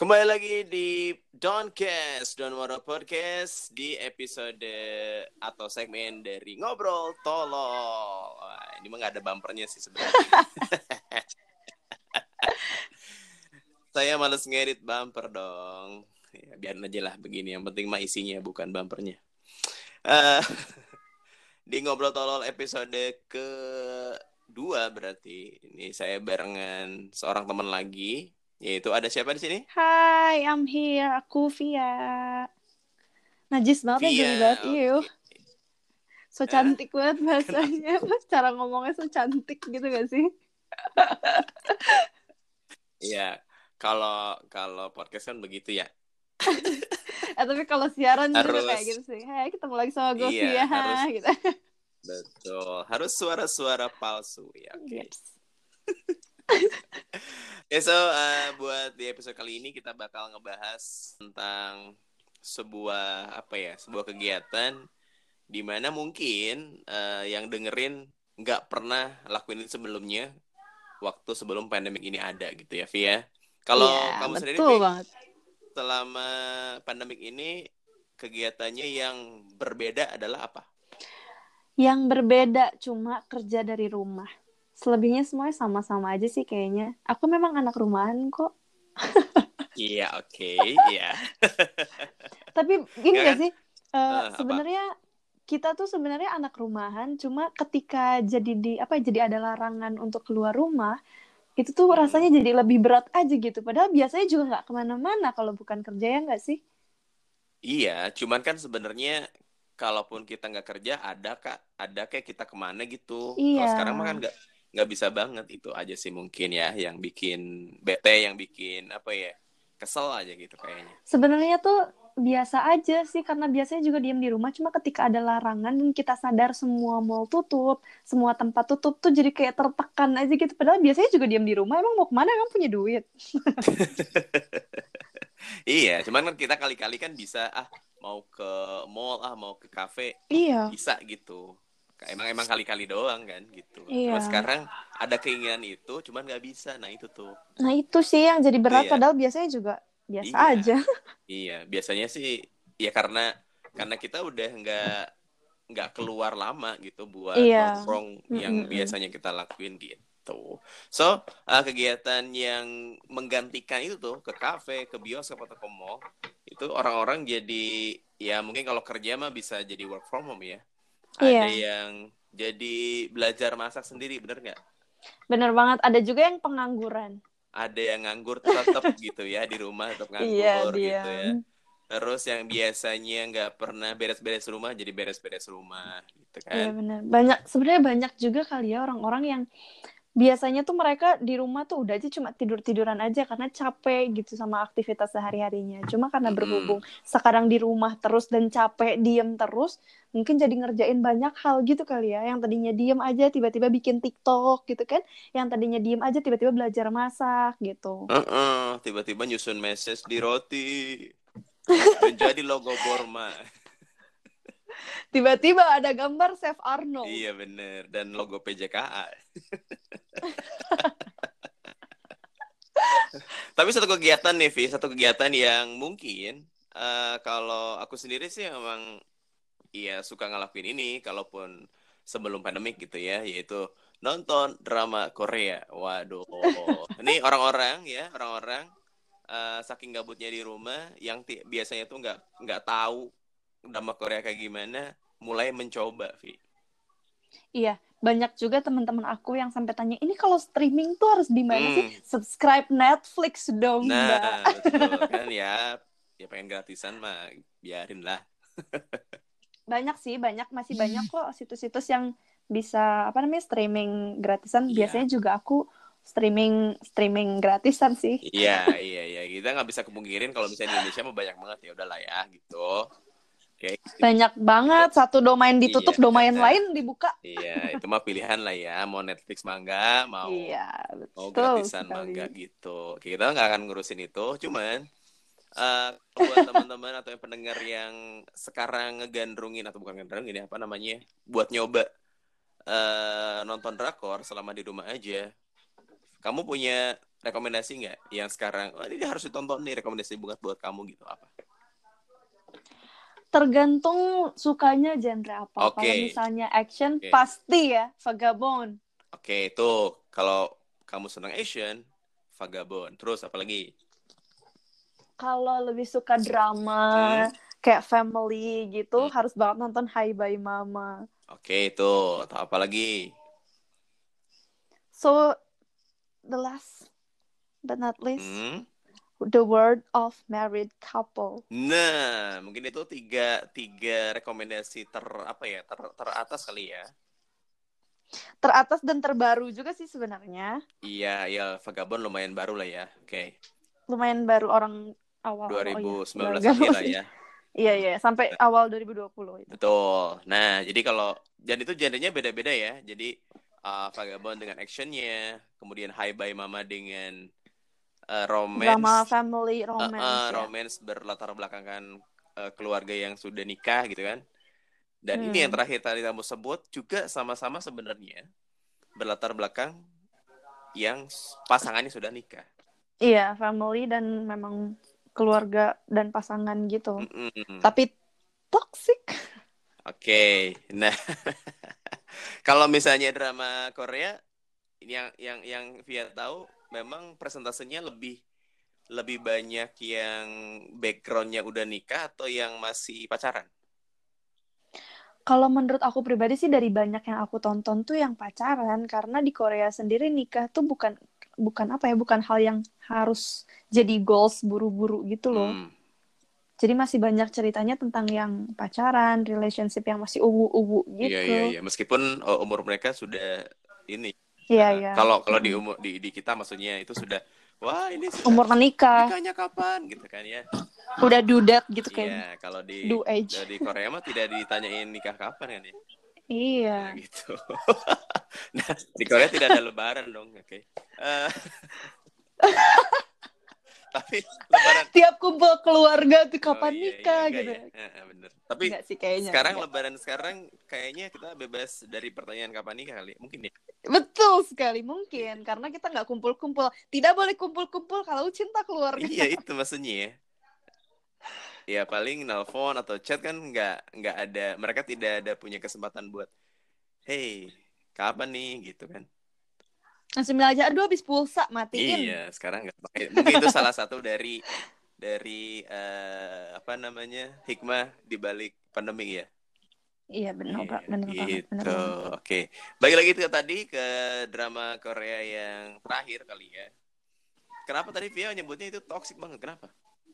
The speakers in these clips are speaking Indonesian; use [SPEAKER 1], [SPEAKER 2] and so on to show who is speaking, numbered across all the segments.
[SPEAKER 1] Kembali lagi di Doncast, Don Waro Podcast di episode atau segmen dari Ngobrol Tolol. Wah, ini mah gak ada bumpernya sih sebenarnya. Saya males ngedit bumper dong. Ya, biarin aja lah begini. Yang penting mah isinya bukan bumpernya. Di Ngobrol Tolol episode kedua berarti. Ini saya barengan seorang teman lagi. Yaitu ada siapa di sini?
[SPEAKER 2] Hai, I'm here. Aku Via. Najis banget ya,
[SPEAKER 1] Via,
[SPEAKER 2] geli banget. Iyo.
[SPEAKER 1] oke.
[SPEAKER 2] So cantik banget bahasanya. Cara ngomongnya so cantik gitu gak sih?
[SPEAKER 1] Iya, kalau podcast kan begitu ya.
[SPEAKER 2] Tapi kalau siaran juga kayak gitu
[SPEAKER 1] Harus,
[SPEAKER 2] sih. Hai, ketemu lagi sama gue
[SPEAKER 1] iya,
[SPEAKER 2] Via.
[SPEAKER 1] harus
[SPEAKER 2] Gitu.
[SPEAKER 1] betul. Harus suara-suara palsu ya, oke.
[SPEAKER 2] Yeps.
[SPEAKER 1] Buat di episode kali ini kita bakal ngebahas tentang sebuah kegiatan di mana mungkin yang dengerin nggak pernah lakuin itu sebelumnya waktu sebelum pandemik ini ada gitu ya, Via. Kalau
[SPEAKER 2] Iya,
[SPEAKER 1] kamu sendiri,
[SPEAKER 2] betul
[SPEAKER 1] Vi,
[SPEAKER 2] banget.
[SPEAKER 1] selama pandemik ini kegiatannya yang berbeda adalah apa?
[SPEAKER 2] Yang berbeda cuma kerja dari rumah. Selebihnya semuanya sama-sama aja sih kayaknya. Aku memang anak rumahan kok.
[SPEAKER 1] Iya, oke, iya.
[SPEAKER 2] Tapi gini
[SPEAKER 1] Nggak
[SPEAKER 2] gak
[SPEAKER 1] kan?
[SPEAKER 2] sih?
[SPEAKER 1] Apa?
[SPEAKER 2] Sebenarnya kita tuh sebenarnya anak rumahan, cuma ketika jadi ada larangan untuk keluar rumah, itu tuh rasanya jadi lebih berat aja gitu. Padahal biasanya juga nggak kemana-mana kalau bukan kerja, ya nggak sih?
[SPEAKER 1] Iya, cuman kan sebenarnya kalaupun kita nggak kerja ada kayak kita kemana gitu. Kalau
[SPEAKER 2] Iya.
[SPEAKER 1] sekarang mah kan nggak bisa banget, itu aja sih mungkin ya yang bikin bete, yang bikin kesel aja gitu kayaknya.
[SPEAKER 2] Sebenarnya tuh biasa aja sih, karena biasanya juga diam di rumah. Cuma ketika ada larangan dan kita sadar semua mall tutup, semua tempat tutup tuh jadi kayak tertekan aja gitu. Padahal biasanya juga diam di rumah. Emang mau kemana? Emang punya duit?
[SPEAKER 1] Iya, cuman kan kita kali-kali kan bisa mau ke mall, mau ke kafe,
[SPEAKER 2] Iya.
[SPEAKER 1] bisa gitu. Emang kali-kali doang kan gitu. Cuman
[SPEAKER 2] Iya.
[SPEAKER 1] sekarang ada keinginan itu, cuman nggak bisa. Nah itu tuh.
[SPEAKER 2] Nah itu sih yang jadi
[SPEAKER 1] Itu
[SPEAKER 2] berat.
[SPEAKER 1] ya.
[SPEAKER 2] Padahal biasanya juga biasa
[SPEAKER 1] Iya,
[SPEAKER 2] aja.
[SPEAKER 1] iya. Biasanya sih ya karena kita udah nggak keluar lama gitu buat
[SPEAKER 2] Iya.
[SPEAKER 1] nongkrong yang
[SPEAKER 2] Mm-mm.
[SPEAKER 1] biasanya kita lakuin gitu. Kegiatan yang menggantikan itu tuh ke kafe, ke bioskop atau ke mall itu orang-orang jadi ya mungkin kalau kerja mah bisa jadi work from home ya. Ada
[SPEAKER 2] Iya.
[SPEAKER 1] yang jadi belajar masak sendiri, bener nggak?
[SPEAKER 2] Bener banget. Ada juga yang pengangguran.
[SPEAKER 1] Ada yang nganggur tetap gitu ya, di rumah tetap
[SPEAKER 2] Iya,
[SPEAKER 1] nganggur gitu ya.
[SPEAKER 2] diam.
[SPEAKER 1] Terus yang biasanya nggak pernah beres-beres rumah jadi beres-beres rumah gitu
[SPEAKER 2] Iya
[SPEAKER 1] kan.
[SPEAKER 2] bener. Sebenarnya banyak juga kali ya orang-orang yang biasanya tuh mereka di rumah tuh udah aja cuma tidur-tiduran aja karena capek gitu sama aktivitas sehari-harinya. Cuma karena
[SPEAKER 1] Mm-mm.
[SPEAKER 2] berhubung sekarang di rumah terus dan capek diem terus, mungkin jadi ngerjain banyak hal gitu kali ya. Yang tadinya diem aja tiba-tiba bikin TikTok gitu kan. Yang tadinya diem aja tiba-tiba belajar masak gitu.
[SPEAKER 1] Tiba-tiba nyusun message di roti menjadi logo Borma.
[SPEAKER 2] Tiba-tiba ada gambar Chef Arnold.
[SPEAKER 1] Iya bener, dan logo PJKA. Tapi satu kegiatan nih, Vi, satu kegiatan yang mungkin kalau aku sendiri sih emang iya suka ngelakuin ini kalaupun sebelum pandemik gitu ya, yaitu nonton drama Korea. Waduh, ini orang-orang saking gabutnya di rumah yang biasanya tuh nggak tahu drama Korea kayak gimana, mulai mencoba, Vi.
[SPEAKER 2] Iya, banyak juga teman-teman aku yang sampai tanya, ini kalau streaming tuh harus di mana sih? Subscribe Netflix dong,
[SPEAKER 1] Nah,
[SPEAKER 2] Mbak.
[SPEAKER 1] betul kan ya pengen gratisan mah biarin lah.
[SPEAKER 2] Masih banyak kok situs-situs yang bisa streaming gratisan.
[SPEAKER 1] Iya,
[SPEAKER 2] Biasanya juga aku streaming gratisan sih.
[SPEAKER 1] iya, kita nggak bisa kemungkirin kalau misalnya di Indonesia mah banyak banget, ya udahlah ya gitu. Oke,
[SPEAKER 2] Banyak
[SPEAKER 1] itu
[SPEAKER 2] banget, satu domain
[SPEAKER 1] iya.
[SPEAKER 2] ditutup, domain lain dibuka.
[SPEAKER 1] Iya, itu mah pilihan lah ya, mau Netflix mah enggak, mau
[SPEAKER 2] Iya,
[SPEAKER 1] mau
[SPEAKER 2] betul
[SPEAKER 1] gratisan mah enggak
[SPEAKER 2] sekali.
[SPEAKER 1] gitu. Kita nggak akan ngurusin itu, cuman buat teman-teman atau yang pendengar yang sekarang ngegandrungin atau bukan ngegandrungin ya, apa namanya, buat nyoba nonton drakor selama di rumah aja, kamu punya rekomendasi nggak yang sekarang ini harus ditonton nih, rekomendasi buat kamu gitu apa?
[SPEAKER 2] Tergantung sukanya genre apa.
[SPEAKER 1] Oke.
[SPEAKER 2] Kalau misalnya action,
[SPEAKER 1] Oke.
[SPEAKER 2] pasti ya Vagabond.
[SPEAKER 1] Oke, itu kalau kamu senang Asian, Vagabond. Terus apa lagi?
[SPEAKER 2] Kalau lebih suka drama, kayak family gitu,
[SPEAKER 1] Hmm.
[SPEAKER 2] harus banget nonton Hi Bye Mama.
[SPEAKER 1] Oke, itu. Atau apa lagi?
[SPEAKER 2] So, the last but not least,
[SPEAKER 1] Hmm.
[SPEAKER 2] The World of Married Couple.
[SPEAKER 1] Nah, mungkin itu tiga rekomendasi teratas kali ya.
[SPEAKER 2] Teratas dan terbaru juga sih sebenarnya.
[SPEAKER 1] Iya, ya Vagabond lumayan baru lah ya. Oke.
[SPEAKER 2] Lumayan baru orang awal-awal. Oh iya,
[SPEAKER 1] 2019
[SPEAKER 2] udah
[SPEAKER 1] akhir lah
[SPEAKER 2] sih.
[SPEAKER 1] ya.
[SPEAKER 2] Iya, iya. Sampai awal 2020 itu.
[SPEAKER 1] Betul. Nah, jadi dan itu genrenya beda-beda ya. Jadi Vagabond dengan actionnya, kemudian Hi Bye Mama dengan
[SPEAKER 2] Drama
[SPEAKER 1] romance,
[SPEAKER 2] family romance ya.
[SPEAKER 1] romance berlatar belakangkan keluarga yang sudah nikah gitu kan. Dan ini yang terakhir tadi kamu sebut juga sama-sama sebenarnya berlatar belakang yang pasangannya sudah nikah.
[SPEAKER 2] Iya, family dan memang keluarga dan pasangan gitu.
[SPEAKER 1] Mm-mm.
[SPEAKER 2] Tapi toxic.
[SPEAKER 1] Oke. Nah, kalau misalnya drama Korea ini yang Via tahu memang presentasenya lebih banyak yang backgroundnya udah nikah atau yang masih pacaran?
[SPEAKER 2] Kalau menurut aku pribadi sih dari banyak yang aku tonton tuh yang pacaran, karena di Korea sendiri nikah tuh bukan apa ya, bukan hal yang harus jadi goals buru-buru gitu loh. Jadi masih banyak ceritanya tentang yang pacaran, relationship yang masih ubu-ubu
[SPEAKER 1] Iya iya
[SPEAKER 2] gitu.
[SPEAKER 1] iya. Meskipun umur mereka sudah ini.
[SPEAKER 2] Iya, iya.
[SPEAKER 1] Kalau di umur di kita maksudnya itu sudah wah ini sudah
[SPEAKER 2] Umur menikah,
[SPEAKER 1] nikahnya kapan gitu kan ya.
[SPEAKER 2] udah dudet gitu kayak
[SPEAKER 1] Iya, kalau
[SPEAKER 2] do age.
[SPEAKER 1] di Korea mah tidak ditanyain nikah kapan kan ya. Nah,
[SPEAKER 2] Iya.
[SPEAKER 1] gitu. Nah, di Korea tidak ada lebaran dong, oke. Tapi lebaran
[SPEAKER 2] Tiap kumpul keluarga tuh kapan
[SPEAKER 1] iya
[SPEAKER 2] nikah
[SPEAKER 1] enggak
[SPEAKER 2] gitu.
[SPEAKER 1] ya. Bener. Tapi
[SPEAKER 2] Enggak sih kayaknya.
[SPEAKER 1] sekarang
[SPEAKER 2] Enggak.
[SPEAKER 1] lebaran sekarang kayaknya kita bebas dari pertanyaan kapan nikah kali. Mungkin ya.
[SPEAKER 2] Betul sekali, mungkin karena kita nggak kumpul-kumpul. Tidak boleh kumpul-kumpul kalau cinta keluarga.
[SPEAKER 1] Iya itu maksudnya ya. Ya paling nelpon atau chat kan nggak ada, mereka tidak ada punya kesempatan buat hey kapan nih gitu kan.
[SPEAKER 2] Langsung bilang aja, aduh habis pulsa, matiin.
[SPEAKER 1] Iya sekarang nggak pakai. Mungkin itu salah satu dari apa namanya hikmah di balik pandemi ya.
[SPEAKER 2] Iya, bener,
[SPEAKER 1] Iya
[SPEAKER 2] bener banget, bener
[SPEAKER 1] gitu.
[SPEAKER 2] banget.
[SPEAKER 1] Oke, balik lagi tadi ke drama Korea yang terakhir kali ya. Kenapa tadi Via nyebutnya itu toxic banget? Kenapa?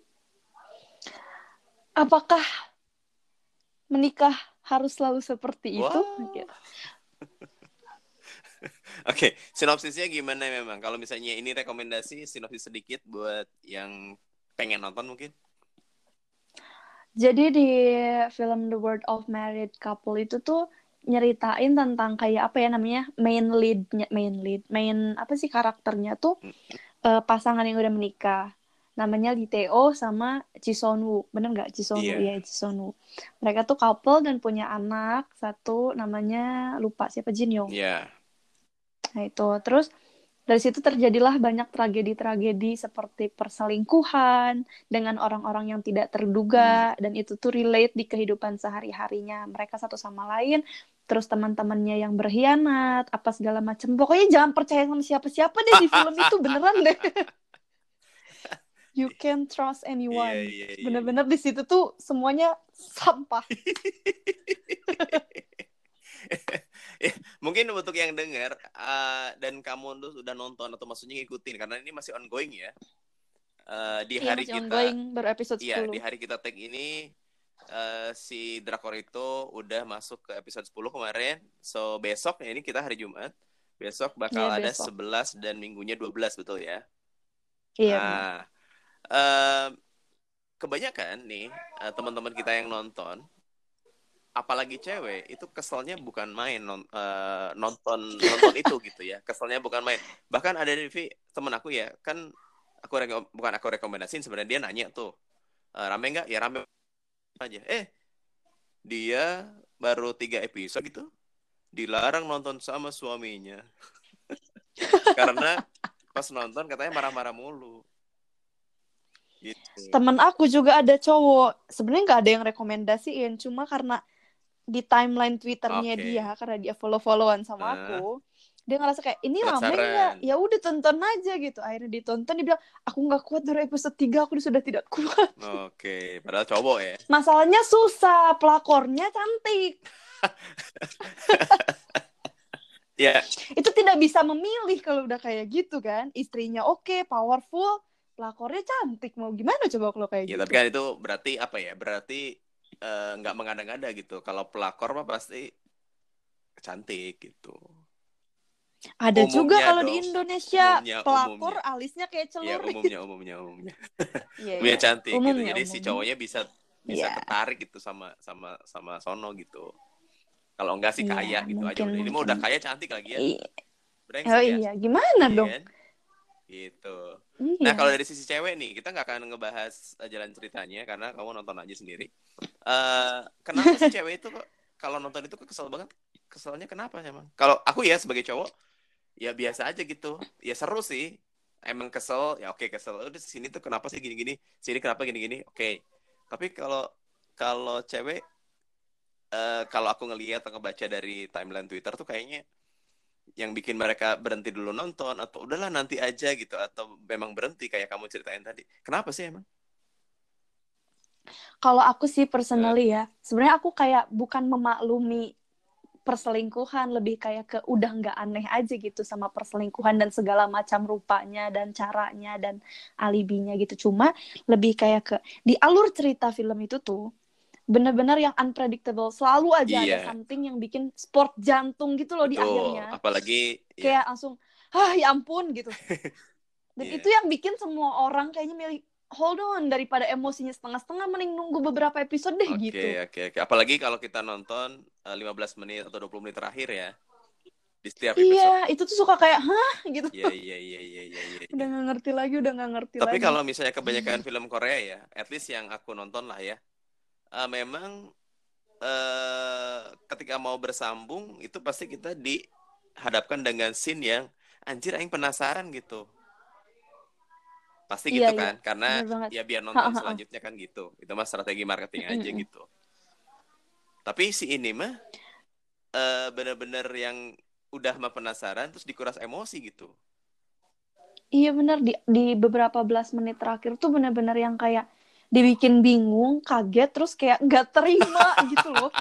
[SPEAKER 2] Apakah menikah harus selalu seperti itu?
[SPEAKER 1] Wow.
[SPEAKER 2] Gitu.
[SPEAKER 1] Oke, sinopsisnya gimana memang? Kalau misalnya ini rekomendasi sinopsis sedikit buat yang pengen nonton mungkin.
[SPEAKER 2] Jadi di film The World of Married Couple itu tuh nyeritain tentang kayak apa ya namanya, main apa sih karakternya tuh pasangan yang udah menikah. Namanya Lee Tae-oh sama Ji Son-woo. Bener nggak Ji Son-woo? Iya, Ji Son-woo. Mereka tuh couple dan punya anak satu, namanya lupa siapa, Jin Young.
[SPEAKER 1] Iya.
[SPEAKER 2] Nah itu terus dari situ terjadilah banyak tragedi-tragedi seperti perselingkuhan dengan orang-orang yang tidak terduga, dan itu tuh relate di kehidupan sehari-harinya mereka satu sama lain. Terus teman-temannya yang berkhianat, apa segala macam. Pokoknya jangan percaya sama siapa-siapa deh di film itu, beneran deh. You can trust anyone.
[SPEAKER 1] Iya.
[SPEAKER 2] Bener-bener di situ tuh semuanya sampah.
[SPEAKER 1] Ya, mungkin untuk yang dengar dan kamu tuh sudah nonton atau maksudnya ngikutin karena ini masih ongoing ya. Di
[SPEAKER 2] Iya,
[SPEAKER 1] hari
[SPEAKER 2] masih
[SPEAKER 1] kita
[SPEAKER 2] ongoing, baru episode 10.
[SPEAKER 1] Iya, di hari kita tag ini si drakor itu udah masuk ke episode 10 kemarin. So besok ya, ini kita hari Jumat. Besok bakal
[SPEAKER 2] Iya,
[SPEAKER 1] ada
[SPEAKER 2] besok.
[SPEAKER 1] 11 dan minggunya 12, betul ya?
[SPEAKER 2] Iya, benar.
[SPEAKER 1] Kebanyakan nih teman-teman kita yang nonton, apalagi cewek, itu keselnya bukan main nonton itu gitu ya. Keselnya bukan main. Bahkan ada temen aku ya, kan bukan aku rekomendasiin, sebenarnya dia nanya tuh, rame nggak? Ya rame aja. Dia baru 3 episode gitu, dilarang nonton sama suaminya. Karena pas nonton katanya marah-marah mulu. Gitu.
[SPEAKER 2] Temen aku juga ada cowok. Sebenarnya nggak ada yang rekomendasiin, cuma karena di timeline Twitternya dia,
[SPEAKER 1] Oke.
[SPEAKER 2] karena dia follow-followan sama aku, dia ngerasa kayak ini rame nggak?
[SPEAKER 1] Penasaran.
[SPEAKER 2] Ya udah tonton aja gitu. Akhirnya ditonton, dia bilang aku nggak kuat dari episode 3, aku sudah tidak kuat.
[SPEAKER 1] Oke, padahal cowok ya.
[SPEAKER 2] Masalahnya susah, pelakornya cantik.
[SPEAKER 1] Ya,
[SPEAKER 2] Itu tidak bisa memilih kalau udah kayak gitu kan. Istrinya oke, powerful, pelakornya cantik. Mau gimana coba kalau kayak
[SPEAKER 1] ya tapi
[SPEAKER 2] gitu?
[SPEAKER 1] kan itu berarti apa ya? Berarti nggak mengada-ngada gitu. Kalau pelakor mah pasti cantik gitu.
[SPEAKER 2] Ada juga
[SPEAKER 1] Umumnya
[SPEAKER 2] kalau di
[SPEAKER 1] dong.
[SPEAKER 2] Indonesia pelakor
[SPEAKER 1] Umumnya.
[SPEAKER 2] alisnya kayak
[SPEAKER 1] Ya,
[SPEAKER 2] celurit.
[SPEAKER 1] umumnya.
[SPEAKER 2] Iya,
[SPEAKER 1] Umumnya
[SPEAKER 2] iya.
[SPEAKER 1] cantik gitu.
[SPEAKER 2] Umumnya,
[SPEAKER 1] Jadi si
[SPEAKER 2] umumnya.
[SPEAKER 1] cowoknya bisa bisa
[SPEAKER 2] Iya,
[SPEAKER 1] tertarik gitu sama sono gitu. Kalau enggak sih
[SPEAKER 2] iya,
[SPEAKER 1] kaya gitu aja
[SPEAKER 2] mungkin,
[SPEAKER 1] udah. Ini mah
[SPEAKER 2] mungkin.
[SPEAKER 1] udah kaya cantik lagi ya.
[SPEAKER 2] I-
[SPEAKER 1] Brengsek
[SPEAKER 2] oh
[SPEAKER 1] ya.
[SPEAKER 2] iya, gimana
[SPEAKER 1] Iya
[SPEAKER 2] dong?
[SPEAKER 1] kan? Gitu. Nah, kalau
[SPEAKER 2] Iya.
[SPEAKER 1] dari sisi cewek nih, kita nggak akan ngebahas jalan ceritanya karena kamu nonton aja sendiri. Kenapa sih cewek itu kok kalau nonton itu kok kesel banget? Keselnya kenapa emang? Kalau aku ya sebagai cowok, ya biasa aja gitu. Ya seru sih. Emang kesel, ya oke kesel. Udah sini tuh kenapa sih gini-gini? Sini kenapa gini-gini? Oke. Tapi kalau kalau cewek, kalau aku ngelihat atau ngebaca dari timeline Twitter tuh kayaknya yang bikin mereka berhenti dulu nonton atau udahlah nanti aja gitu atau memang berhenti kayak kamu ceritain tadi. Kenapa sih emang?
[SPEAKER 2] Kalau aku sih
[SPEAKER 1] Eh,
[SPEAKER 2] personally ya, sebenarnya aku kayak bukan memaklumi perselingkuhan, lebih kayak ke udah nggak aneh aja gitu sama perselingkuhan dan segala macam rupanya dan caranya dan alibinya gitu. Cuma lebih kayak ke di alur cerita film itu tuh bener-bener yang unpredictable. Selalu aja ada
[SPEAKER 1] iya,
[SPEAKER 2] something yang bikin sport jantung gitu loh di
[SPEAKER 1] betul.
[SPEAKER 2] akhirnya.
[SPEAKER 1] Apalagi ya,
[SPEAKER 2] Kayak langsung, ah ya ampun gitu. Dan itu
[SPEAKER 1] iya.
[SPEAKER 2] yang bikin semua orang kayaknya milih hold on daripada emosinya setengah-setengah mending nunggu beberapa episode deh
[SPEAKER 1] Oke,
[SPEAKER 2] gitu.
[SPEAKER 1] oke. Apalagi kalau kita nonton 15 menit atau 20 menit terakhir ya di setiap
[SPEAKER 2] Iya,
[SPEAKER 1] episode.
[SPEAKER 2] itu tuh suka kayak hah gitu.
[SPEAKER 1] Iya.
[SPEAKER 2] Udah nggak ngerti lagi, udah nggak ngerti
[SPEAKER 1] Tapi
[SPEAKER 2] lagi.
[SPEAKER 1] kalau misalnya kebanyakan film Korea ya, at least yang aku nonton lah ya, memang ketika mau bersambung itu pasti kita dihadapkan dengan scene yang anjir aing penasaran gitu. Pasti
[SPEAKER 2] Iya,
[SPEAKER 1] gitu
[SPEAKER 2] iya,
[SPEAKER 1] kan? Karena
[SPEAKER 2] bener banget.
[SPEAKER 1] ya biar nonton
[SPEAKER 2] Hahaha.
[SPEAKER 1] selanjutnya kan gitu. Itu mah strategi marketing aja
[SPEAKER 2] Mm-mm.
[SPEAKER 1] gitu. Tapi si ini mah bener-bener yang udah mah penasaran terus dikuras emosi gitu.
[SPEAKER 2] Iya bener, di beberapa belas menit terakhir tuh bener-bener yang kayak dibikin bingung, kaget, terus kayak nggak terima gitu loh.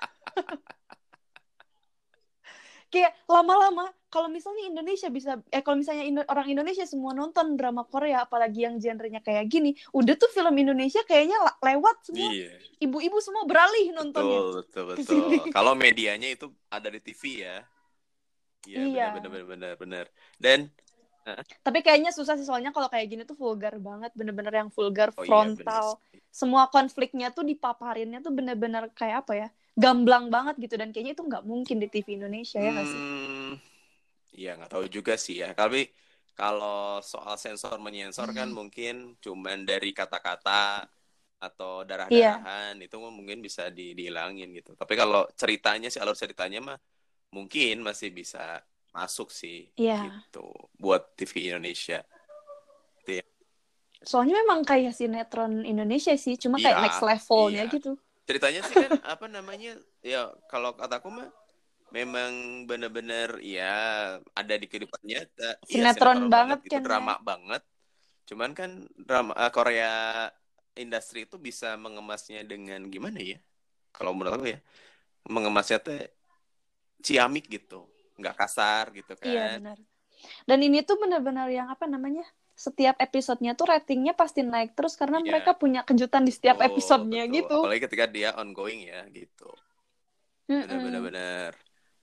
[SPEAKER 2] Kayak lama-lama kalau misalnya Indonesia bisa kalau misalnya orang Indonesia semua nonton drama Korea apalagi yang genrenya kayak gini, udah tuh film Indonesia kayaknya lewat semua,
[SPEAKER 1] Iya,
[SPEAKER 2] ibu-ibu semua beralih nontonnya ke
[SPEAKER 1] betul.
[SPEAKER 2] sini.
[SPEAKER 1] Kalau medianya itu ada di TV ya. Iya,
[SPEAKER 2] Iya,
[SPEAKER 1] benar. Dan
[SPEAKER 2] tapi kayaknya susah sih soalnya kalau kayak gini tuh vulgar banget, bener-bener yang vulgar
[SPEAKER 1] oh iya benar
[SPEAKER 2] frontal.
[SPEAKER 1] sih.
[SPEAKER 2] Semua konfliknya tuh dipaparinnya tuh bener-bener kayak apa ya? Gamblang banget gitu dan kayaknya itu nggak mungkin di TV Indonesia ya nggak sih?
[SPEAKER 1] Hmm, ya nggak tahu juga sih ya. Tapi kalau soal sensor menyensor kan mungkin cuman dari kata-kata atau
[SPEAKER 2] Iya,
[SPEAKER 1] darah-darahan itu mungkin bisa dihilangin gitu. Tapi kalau ceritanya sih alur ceritanya mah mungkin masih bisa masuk sih
[SPEAKER 2] iya.
[SPEAKER 1] gitu buat TV Indonesia. Gitu ya.
[SPEAKER 2] Soalnya memang kayak sinetron Indonesia sih, cuma
[SPEAKER 1] Iya,
[SPEAKER 2] kayak next
[SPEAKER 1] iya.
[SPEAKER 2] levelnya gitu.
[SPEAKER 1] Ceritanya sih kan apa namanya? Ya kalau kataku mah memang benar-benar ya ada di kehidupan nyata. Iya,
[SPEAKER 2] Sinetron
[SPEAKER 1] sinetron banget
[SPEAKER 2] banget
[SPEAKER 1] gitu,
[SPEAKER 2] kan ya.
[SPEAKER 1] drama banget. Cuman kan drama Korea industri itu bisa mengemasnya dengan gimana ya? Kalau menurut aku ya, mengemasnya teh ciamik gitu, nggak kasar gitu
[SPEAKER 2] Iya
[SPEAKER 1] kan.
[SPEAKER 2] benar. Dan ini tuh benar-benar yang apa namanya? Setiap episodenya tuh ratingnya pasti naik terus karena
[SPEAKER 1] Iya,
[SPEAKER 2] mereka punya kejutan di setiap episodenya
[SPEAKER 1] betul.
[SPEAKER 2] gitu.
[SPEAKER 1] Apalagi ketika dia ongoing ya gitu.
[SPEAKER 2] Mm-mm.
[SPEAKER 1] Benar-benar.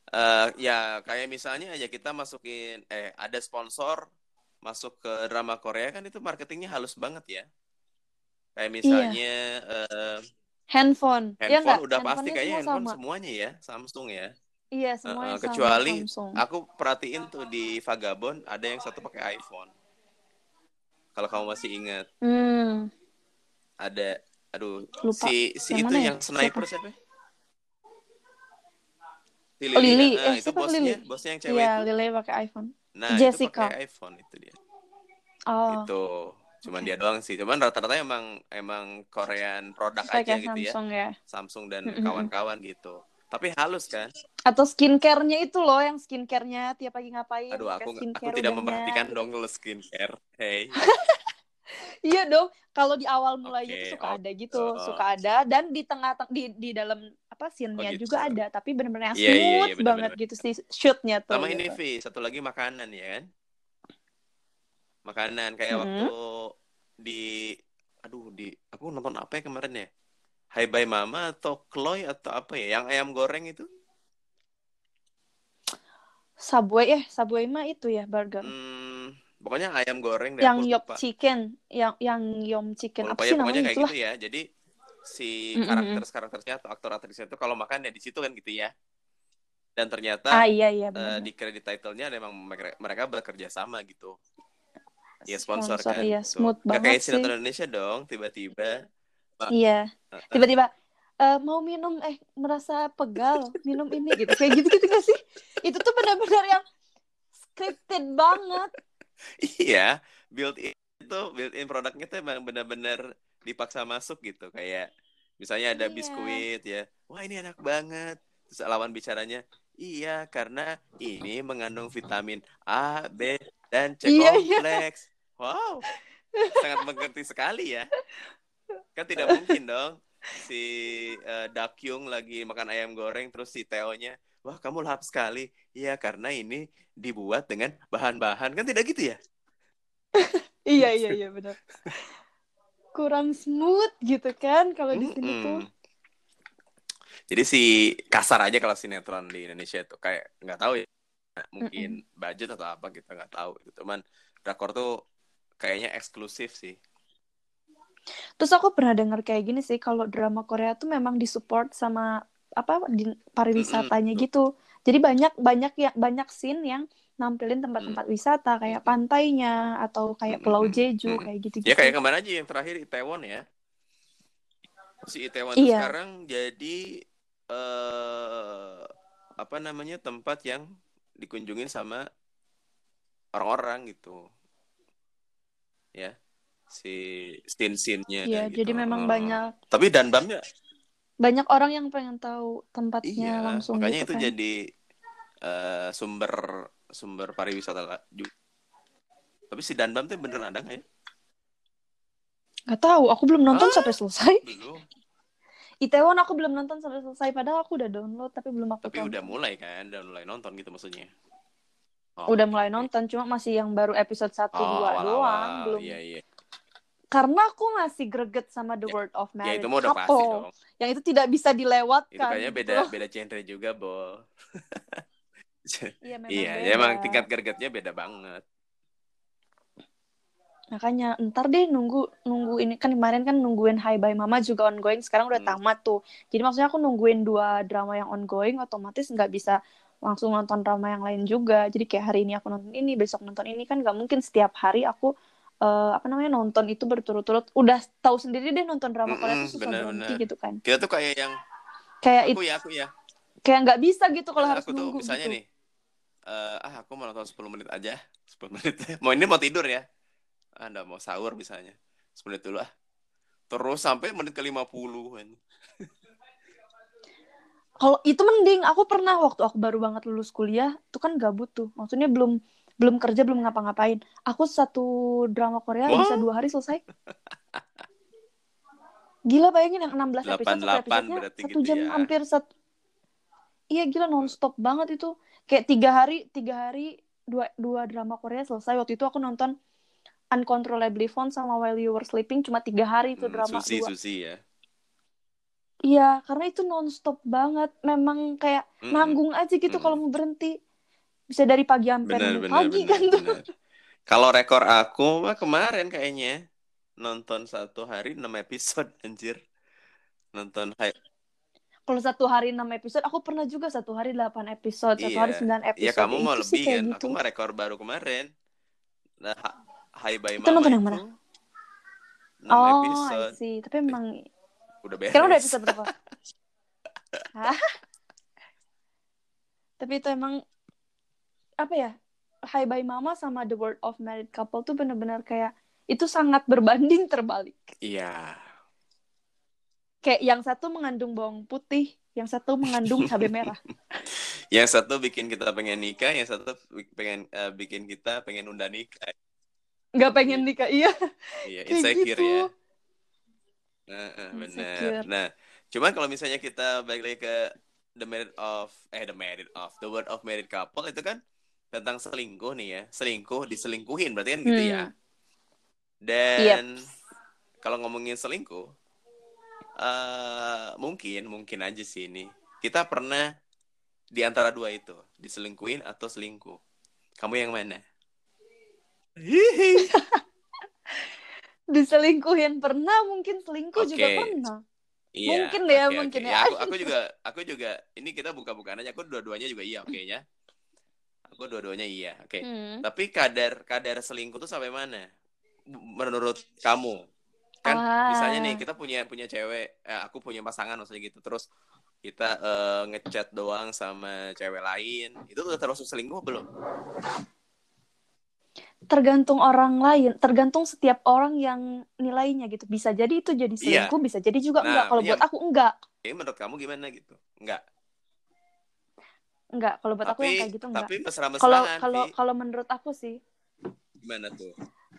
[SPEAKER 1] Ya kayak misalnya aja kita masukin ada sponsor masuk ke drama Korea kan itu marketingnya halus banget ya. Kayak
[SPEAKER 2] Iya,
[SPEAKER 1] misalnya
[SPEAKER 2] handphone. Ya
[SPEAKER 1] handphone
[SPEAKER 2] nggak?
[SPEAKER 1] udah pasti
[SPEAKER 2] Handphonenya
[SPEAKER 1] kayaknya
[SPEAKER 2] semua
[SPEAKER 1] handphone
[SPEAKER 2] sama.
[SPEAKER 1] semuanya ya Samsung ya.
[SPEAKER 2] Iya, semuanya sama
[SPEAKER 1] Kecuali
[SPEAKER 2] Samsung.
[SPEAKER 1] aku perhatiin tuh di Vagabond ada yang satu pakai iPhone. Kalau kamu masih ingat
[SPEAKER 2] Hmm,
[SPEAKER 1] ada aduh
[SPEAKER 2] lupa.
[SPEAKER 1] si
[SPEAKER 2] Yang
[SPEAKER 1] itu
[SPEAKER 2] mana ya?
[SPEAKER 1] yang
[SPEAKER 2] Siapa?
[SPEAKER 1] sniper siapa? Si
[SPEAKER 2] Oh,
[SPEAKER 1] Lily,
[SPEAKER 2] Lily.
[SPEAKER 1] itu
[SPEAKER 2] Siapa
[SPEAKER 1] bosnya
[SPEAKER 2] Lily?
[SPEAKER 1] bosnya yang cewek
[SPEAKER 2] Iya,
[SPEAKER 1] itu
[SPEAKER 2] Lily pakai iPhone.
[SPEAKER 1] Nah, itu
[SPEAKER 2] Jessica.
[SPEAKER 1] pakai iPhone itu dia.
[SPEAKER 2] Oh,
[SPEAKER 1] Itu cuman
[SPEAKER 2] oke.
[SPEAKER 1] dia doang sih. Cuman rata-rata emang Korean produk aja
[SPEAKER 2] Pakai
[SPEAKER 1] gitu ya.
[SPEAKER 2] Samsung ya.
[SPEAKER 1] Samsung dan
[SPEAKER 2] Mm-mm.
[SPEAKER 1] kawan-kawan gitu. Tapi halus kan?
[SPEAKER 2] Atau skincare-nya itu loh, yang skincare-nya tiap pagi ngapain
[SPEAKER 1] Aduh,
[SPEAKER 2] pakai
[SPEAKER 1] aku
[SPEAKER 2] skincare
[SPEAKER 1] tidak memperhatikan
[SPEAKER 2] udahnya gitu.
[SPEAKER 1] dong kalau skincare. Hey.
[SPEAKER 2] Iya dong, kalau di awal mulainya tuh
[SPEAKER 1] Oke,
[SPEAKER 2] suka ada
[SPEAKER 1] gitu.
[SPEAKER 2] gitu, suka ada dan di tengah di dalam apa
[SPEAKER 1] Oh
[SPEAKER 2] scene-nya
[SPEAKER 1] gitu.
[SPEAKER 2] juga ada, tapi benar-benar yang
[SPEAKER 1] Iya, iya,
[SPEAKER 2] smooth
[SPEAKER 1] iya,
[SPEAKER 2] banget
[SPEAKER 1] benar-benar.
[SPEAKER 2] gitu sih shoot-nya tuh
[SPEAKER 1] Sama ini,
[SPEAKER 2] gitu.
[SPEAKER 1] Vi, satu lagi makanan ya kan? Makanan kayak waktu
[SPEAKER 2] Mm-mm.
[SPEAKER 1] di, aduh, aku nonton apa ya kemarin ya? Hai Bye Mama atau Chloe atau apa ya? Yang ayam goreng itu?
[SPEAKER 2] Subway mah itu ya burger.
[SPEAKER 1] Pokoknya ayam goreng deh,
[SPEAKER 2] Yang
[SPEAKER 1] aku
[SPEAKER 2] Yop
[SPEAKER 1] lupa.
[SPEAKER 2] Chicken, yang Yum
[SPEAKER 1] Aku
[SPEAKER 2] Chicken apa
[SPEAKER 1] lupa ya,
[SPEAKER 2] sih
[SPEAKER 1] pokoknya
[SPEAKER 2] namanya
[SPEAKER 1] kayak
[SPEAKER 2] itulah.
[SPEAKER 1] gitu ya. Jadi si
[SPEAKER 2] Mm-mm.
[SPEAKER 1] karakternya atau aktor-aktrisnya itu kalau makan ya di situ kan gitu ya. Dan
[SPEAKER 2] Ah
[SPEAKER 1] ternyata
[SPEAKER 2] iya iya benar-benar.
[SPEAKER 1] di kredit title-nya memang mereka bekerja sama gitu. Ya sponsor
[SPEAKER 2] Sponsor
[SPEAKER 1] kan
[SPEAKER 2] iya
[SPEAKER 1] gitu.
[SPEAKER 2] smooth
[SPEAKER 1] Nggak
[SPEAKER 2] banget
[SPEAKER 1] kayak
[SPEAKER 2] sih.
[SPEAKER 1] sinetron Indonesia dong, tiba-tiba.
[SPEAKER 2] Iya.
[SPEAKER 1] Uh,
[SPEAKER 2] Tiba-tiba mau minum merasa pegal, minum ini gitu. Kayak gitu-gitu gak sih? Itu tuh benar-benar yang scripted banget.
[SPEAKER 1] iya, built in produknya tuh emang benar-benar dipaksa masuk gitu. Kayak misalnya ada
[SPEAKER 2] Iya.
[SPEAKER 1] biskuit ya. Wah, ini enak banget. Terus lawan bicaranya, iya karena ini mengandung vitamin A, B, dan C
[SPEAKER 2] Iya, iya.
[SPEAKER 1] kompleks. Wow, sangat mengerti sekali ya. Kan tidak mungkin dong si Dakyung lagi makan ayam goreng terus si Theo-nya, wah kamu lahap sekali. Iya karena ini dibuat dengan bahan-bahan. Kan tidak gitu ya?
[SPEAKER 2] Iya, iya, iya benar. Kurang smooth gitu kan kalau di sini tuh.
[SPEAKER 1] Mm-mm. Jadi si kasar aja kalau sinetron di Indonesia itu kayak nggak tahu ya, mungkin
[SPEAKER 2] Mm-mm.
[SPEAKER 1] budget atau apa kita nggak tahu gitu. Cuman drakor tuh kayaknya eksklusif sih.
[SPEAKER 2] Terus aku pernah dengar kayak gini sih, kalau drama Korea tuh memang disupport sama apa di
[SPEAKER 1] Mm-mm,
[SPEAKER 2] pariwisatanya
[SPEAKER 1] tuh.
[SPEAKER 2] gitu. Jadi banyak banyak yang banyak scene yang nampilin
[SPEAKER 1] Mm,
[SPEAKER 2] tempat-tempat wisata kayak
[SPEAKER 1] mm-mm,
[SPEAKER 2] pantainya atau kayak
[SPEAKER 1] mm-mm,
[SPEAKER 2] Pulau
[SPEAKER 1] mm-mm,
[SPEAKER 2] Jeju
[SPEAKER 1] mm-mm.
[SPEAKER 2] kayak
[SPEAKER 1] Ya kayak
[SPEAKER 2] gitu-gitu.
[SPEAKER 1] kemarin aja yang terakhir Itaewon ya. Si Itaewon tuh
[SPEAKER 2] Iya,
[SPEAKER 1] sekarang jadi apa namanya tempat yang dikunjungin sama orang-orang gitu ya si scene-scene-nya
[SPEAKER 2] iya.
[SPEAKER 1] gitu.
[SPEAKER 2] Jadi memang banyak
[SPEAKER 1] Tapi Danbamnya
[SPEAKER 2] banyak orang yang pengen tahu tempatnya
[SPEAKER 1] iya,
[SPEAKER 2] langsung
[SPEAKER 1] makanya
[SPEAKER 2] gitu
[SPEAKER 1] itu
[SPEAKER 2] kan.
[SPEAKER 1] jadi sumber sumber pariwisata juga. Tapi si Danbam tuh beneran ada nggak ya?
[SPEAKER 2] Gak tahu, aku belum nonton
[SPEAKER 1] Ah,
[SPEAKER 2] sampai selesai.
[SPEAKER 1] belum.
[SPEAKER 2] Itaewon aku belum nonton sampai selesai, padahal aku udah download tapi belum aku
[SPEAKER 1] Tapi udah
[SPEAKER 2] tonton.
[SPEAKER 1] mulai kan, udah mulai nonton gitu maksudnya. Oh,
[SPEAKER 2] Udah
[SPEAKER 1] oke
[SPEAKER 2] mulai
[SPEAKER 1] oke.
[SPEAKER 2] nonton, cuma masih yang baru episode satu
[SPEAKER 1] Oh,
[SPEAKER 2] dua doang,
[SPEAKER 1] awal-awal.
[SPEAKER 2] belum.
[SPEAKER 1] Iya, iya.
[SPEAKER 2] Karena aku masih greget sama The
[SPEAKER 1] Ya,
[SPEAKER 2] World of
[SPEAKER 1] ya itu
[SPEAKER 2] Married
[SPEAKER 1] mah udah pasti
[SPEAKER 2] Couple.
[SPEAKER 1] dong.
[SPEAKER 2] Yang itu tidak bisa
[SPEAKER 1] Itu
[SPEAKER 2] dilewatkan
[SPEAKER 1] kayaknya
[SPEAKER 2] gitu
[SPEAKER 1] beda
[SPEAKER 2] loh.
[SPEAKER 1] beda genre juga, Bo.
[SPEAKER 2] Iya
[SPEAKER 1] Iya,
[SPEAKER 2] memang
[SPEAKER 1] ya emang
[SPEAKER 2] beda.
[SPEAKER 1] tingkat gregetnya beda banget.
[SPEAKER 2] Makanya ntar deh nunggu nunggu ini kan kemarin kan nungguin Hi Bye Mama juga ongoing, sekarang udah
[SPEAKER 1] Hmm.
[SPEAKER 2] tamat tuh. Jadi maksudnya aku nungguin dua drama yang ongoing, otomatis nggak bisa langsung nonton drama yang lain juga. Jadi kayak hari ini aku nonton ini, besok nonton ini, kan nggak mungkin setiap hari aku apa namanya nonton itu berturut-turut. Udah tahu sendiri deh nonton drama Korea tuh susah berhenti
[SPEAKER 1] Benar-benar.
[SPEAKER 2] gitu kan.
[SPEAKER 1] Kita tuh kayak yang
[SPEAKER 2] Kayak
[SPEAKER 1] aku ya.
[SPEAKER 2] kayak nggak bisa gitu kalau harus
[SPEAKER 1] Aku tuh
[SPEAKER 2] nunggu
[SPEAKER 1] misalnya
[SPEAKER 2] gitu.
[SPEAKER 1] nih, aku mau nonton 10 menit aja. 10 menit. Mau tidur ya. Anda mau sahur misalnya. 10 menit dulu ah. Terus sampai menit ke 50 kan.
[SPEAKER 2] Kalau itu mending, aku pernah waktu aku baru banget lulus kuliah, itu kan gabut tuh. Maksudnya belum belum kerja, belum ngapa-ngapain. Aku satu drama Korea bisa
[SPEAKER 1] Wah,
[SPEAKER 2] 2 hari selesai. Gila, bayangin yang 16 episode, satu
[SPEAKER 1] 88
[SPEAKER 2] episodenya
[SPEAKER 1] berarti
[SPEAKER 2] satu
[SPEAKER 1] gitu
[SPEAKER 2] jam
[SPEAKER 1] ya.
[SPEAKER 2] hampir satu. Iya gila nonstop banget itu. Kayak 3 hari dua drama Korea selesai. Waktu itu aku nonton Uncontrollably Fond sama While You Were Sleeping cuma 3 hari itu drama
[SPEAKER 1] Susi,
[SPEAKER 2] dua.
[SPEAKER 1] Susi ya.
[SPEAKER 2] Iya, karena itu nonstop banget. Memang kayak
[SPEAKER 1] Mm-mm.
[SPEAKER 2] nanggung aja gitu kalau
[SPEAKER 1] Mm-mm.
[SPEAKER 2] mau berhenti. Bisa dari pagi sampai
[SPEAKER 1] Benar,
[SPEAKER 2] minggu
[SPEAKER 1] benar,
[SPEAKER 2] pagi
[SPEAKER 1] benar,
[SPEAKER 2] kan tuh.
[SPEAKER 1] benar. Kalau rekor aku mah kemarin kayaknya nonton satu hari 6 episode anjir. Nonton
[SPEAKER 2] Kalau 1 hari 6 episode, aku pernah juga 1 hari 8 episode, satu
[SPEAKER 1] iya.
[SPEAKER 2] hari 9
[SPEAKER 1] Ya
[SPEAKER 2] episode.
[SPEAKER 1] kamu
[SPEAKER 2] Ya
[SPEAKER 1] mau
[SPEAKER 2] itu sih
[SPEAKER 1] lebih
[SPEAKER 2] kayak
[SPEAKER 1] kan? Aku
[SPEAKER 2] gitu.
[SPEAKER 1] mah rekor baru kemarin. Nah, Hai Bye
[SPEAKER 2] Itu
[SPEAKER 1] Mama
[SPEAKER 2] nonton yang
[SPEAKER 1] itu
[SPEAKER 2] mana?
[SPEAKER 1] 6
[SPEAKER 2] Oh, I
[SPEAKER 1] episode.
[SPEAKER 2] see. Tapi emang
[SPEAKER 1] Udah
[SPEAKER 2] sekarang udah
[SPEAKER 1] beres.
[SPEAKER 2] episode berapa? Hah? Tapi itu emang apa ya? Hi Bye Mama sama The World of Married Couple tuh benar-benar kayak itu sangat berbanding terbalik.
[SPEAKER 1] Iya.
[SPEAKER 2] Kayak yang satu mengandung bawang putih, yang satu mengandung cabai merah.
[SPEAKER 1] Yang satu bikin kita pengen nikah, yang satu bikin kita pengen unda nikah.
[SPEAKER 2] Nggak pengen nikah, iya.
[SPEAKER 1] Iya,
[SPEAKER 2] Kayak
[SPEAKER 1] insecure
[SPEAKER 2] gitu.
[SPEAKER 1] ya. Bener.
[SPEAKER 2] Insecure.
[SPEAKER 1] Nah, cuman kalau misalnya kita balik lagi ke The Word of Married Couple itu kan tentang selingkuh nih ya. Selingkuh, diselingkuhin berarti kan gitu ya.
[SPEAKER 2] Yep.
[SPEAKER 1] Dan kalau ngomongin selingkuh, mungkin aja sih ini. Kita pernah di antara dua itu, diselingkuhin atau selingkuh. Kamu yang mana? Hihi.
[SPEAKER 2] Diselingkuhin pernah, mungkin selingkuh juga
[SPEAKER 1] Oke.
[SPEAKER 2] pernah.
[SPEAKER 1] Iya,
[SPEAKER 2] Mungkin deh ya,
[SPEAKER 1] oke.
[SPEAKER 2] mungkin ya.
[SPEAKER 1] Ya aku juga ini kita buka-bukaan aja. Aku dua-duanya juga iya, oke nya. Aku dua-duanya iya, oke. Tapi kadar selingkuh tuh sampai mana? Menurut kamu? Kan misalnya nih kita punya cewek, aku punya pasangan maksudnya gitu. Terus kita ngechat doang sama cewek lain. Itu udah termasuk selingkuh belum?
[SPEAKER 2] Tergantung orang lain, tergantung setiap orang yang nilainya gitu. Bisa jadi itu jadi
[SPEAKER 1] Iya.
[SPEAKER 2] selingkuh, bisa jadi juga enggak.
[SPEAKER 1] Nah,
[SPEAKER 2] Kalau
[SPEAKER 1] iya.
[SPEAKER 2] buat aku enggak.
[SPEAKER 1] Menurut kamu gimana gitu? Enggak.
[SPEAKER 2] Enggak, kalau buat aku yang kayak gitu enggak.
[SPEAKER 1] Tapi mesra-mesraan,
[SPEAKER 2] Kalau menurut aku sih,
[SPEAKER 1] gimana tuh?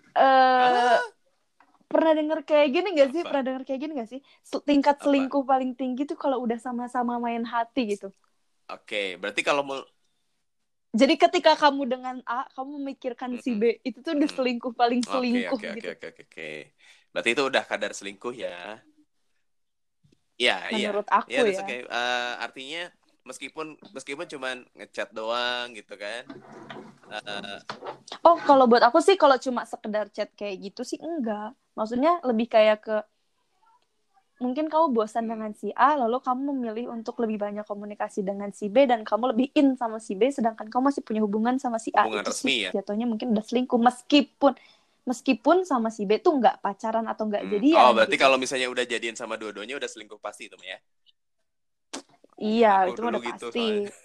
[SPEAKER 2] pernah denger kayak gini gak sih?
[SPEAKER 1] Apa?
[SPEAKER 2] Pernah denger kayak gini gak sih? Tingkat
[SPEAKER 1] Apa?
[SPEAKER 2] selingkuh paling tinggi tuh kalau udah sama-sama main hati gitu.
[SPEAKER 1] Oke, berarti kalau mau
[SPEAKER 2] Jadi ketika kamu dengan A, kamu memikirkan si B, itu tuh udah selingkuh paling selingkuh gitu.
[SPEAKER 1] Oke. Berarti itu udah kadar selingkuh ya? Iya.
[SPEAKER 2] Menurut
[SPEAKER 1] Iya,
[SPEAKER 2] aku
[SPEAKER 1] that's
[SPEAKER 2] ya.
[SPEAKER 1] okay. Artinya meskipun cuman ngechat doang gitu kan?
[SPEAKER 2] Oh, kalau buat aku sih kalau cuma sekedar chat kayak gitu sih enggak. Maksudnya lebih kayak ke mungkin kamu bosan dengan si A, lalu kamu memilih untuk lebih banyak komunikasi dengan si B dan kamu lebih in sama si B, sedangkan kamu masih punya hubungan sama si A.
[SPEAKER 1] Hubungan
[SPEAKER 2] Itu sih
[SPEAKER 1] resmi ya?
[SPEAKER 2] jatuhnya mungkin udah selingkuh meskipun sama si B tuh nggak pacaran atau nggak
[SPEAKER 1] Oh,
[SPEAKER 2] jadian
[SPEAKER 1] berarti
[SPEAKER 2] gitu.
[SPEAKER 1] kalau misalnya udah jadian sama dua-duanya udah selingkuh pasti itu ya?
[SPEAKER 2] Iya,
[SPEAKER 1] Aku
[SPEAKER 2] itu
[SPEAKER 1] dulu
[SPEAKER 2] udah
[SPEAKER 1] gitu
[SPEAKER 2] pasti.
[SPEAKER 1] soalnya.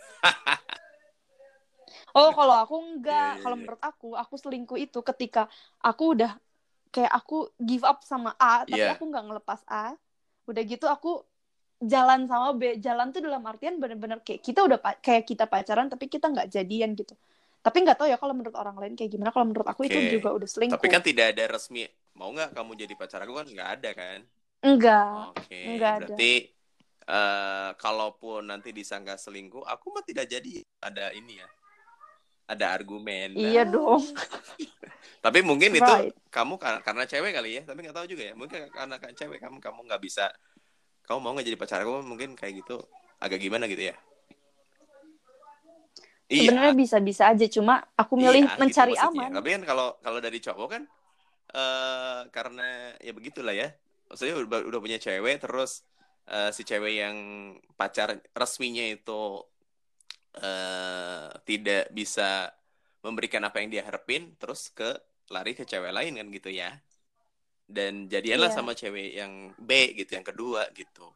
[SPEAKER 2] Oh, kalau aku enggak. Kalau
[SPEAKER 1] Iya.
[SPEAKER 2] menurut aku selingkuh itu ketika aku udah kayak aku give up sama A, tapi
[SPEAKER 1] Iya.
[SPEAKER 2] aku nggak ngelepas A. Udah gitu aku jalan sama B. Jalan tuh dalam artian bener-bener kayak kita udah kayak kita pacaran, tapi kita nggak jadian gitu. Tapi nggak tahu ya kalau menurut orang lain kayak gimana. Kalau menurut aku itu
[SPEAKER 1] Oke.
[SPEAKER 2] juga udah
[SPEAKER 1] Tapi
[SPEAKER 2] selingkuh.
[SPEAKER 1] kan tidak ada resmi. Mau nggak kamu jadi pacar aku kan nggak ada kan?
[SPEAKER 2] Enggak
[SPEAKER 1] Oke,
[SPEAKER 2] ada.
[SPEAKER 1] berarti kalaupun nanti disangka selingkuh, aku mah tidak jadi ada ini ya, ada argumen.
[SPEAKER 2] Iya dong.
[SPEAKER 1] Tapi mungkin itu
[SPEAKER 2] Right.
[SPEAKER 1] kamu karena cewek kali ya, tapi nggak tahu juga ya. Mungkin karena kan cewek kamu nggak bisa, kamu mau nggak jadi pacar aku mungkin kayak gitu, agak gimana gitu ya.
[SPEAKER 2] Sebenarnya
[SPEAKER 1] Iya,
[SPEAKER 2] bisa-bisa aja, cuma aku
[SPEAKER 1] iya
[SPEAKER 2] milih
[SPEAKER 1] gitu
[SPEAKER 2] mencari
[SPEAKER 1] maksudnya.
[SPEAKER 2] aman.
[SPEAKER 1] Tapi kan kalau dari cowok kan, karena ya begitulah ya. Maksudnya udah punya cewek, terus si cewek yang pacar resminya itu tidak bisa memberikan apa yang dia harapin, terus lari ke cewek lain kan gitu ya. Dan jadianlah
[SPEAKER 2] Iya.
[SPEAKER 1] sama cewek yang B gitu, yang kedua gitu.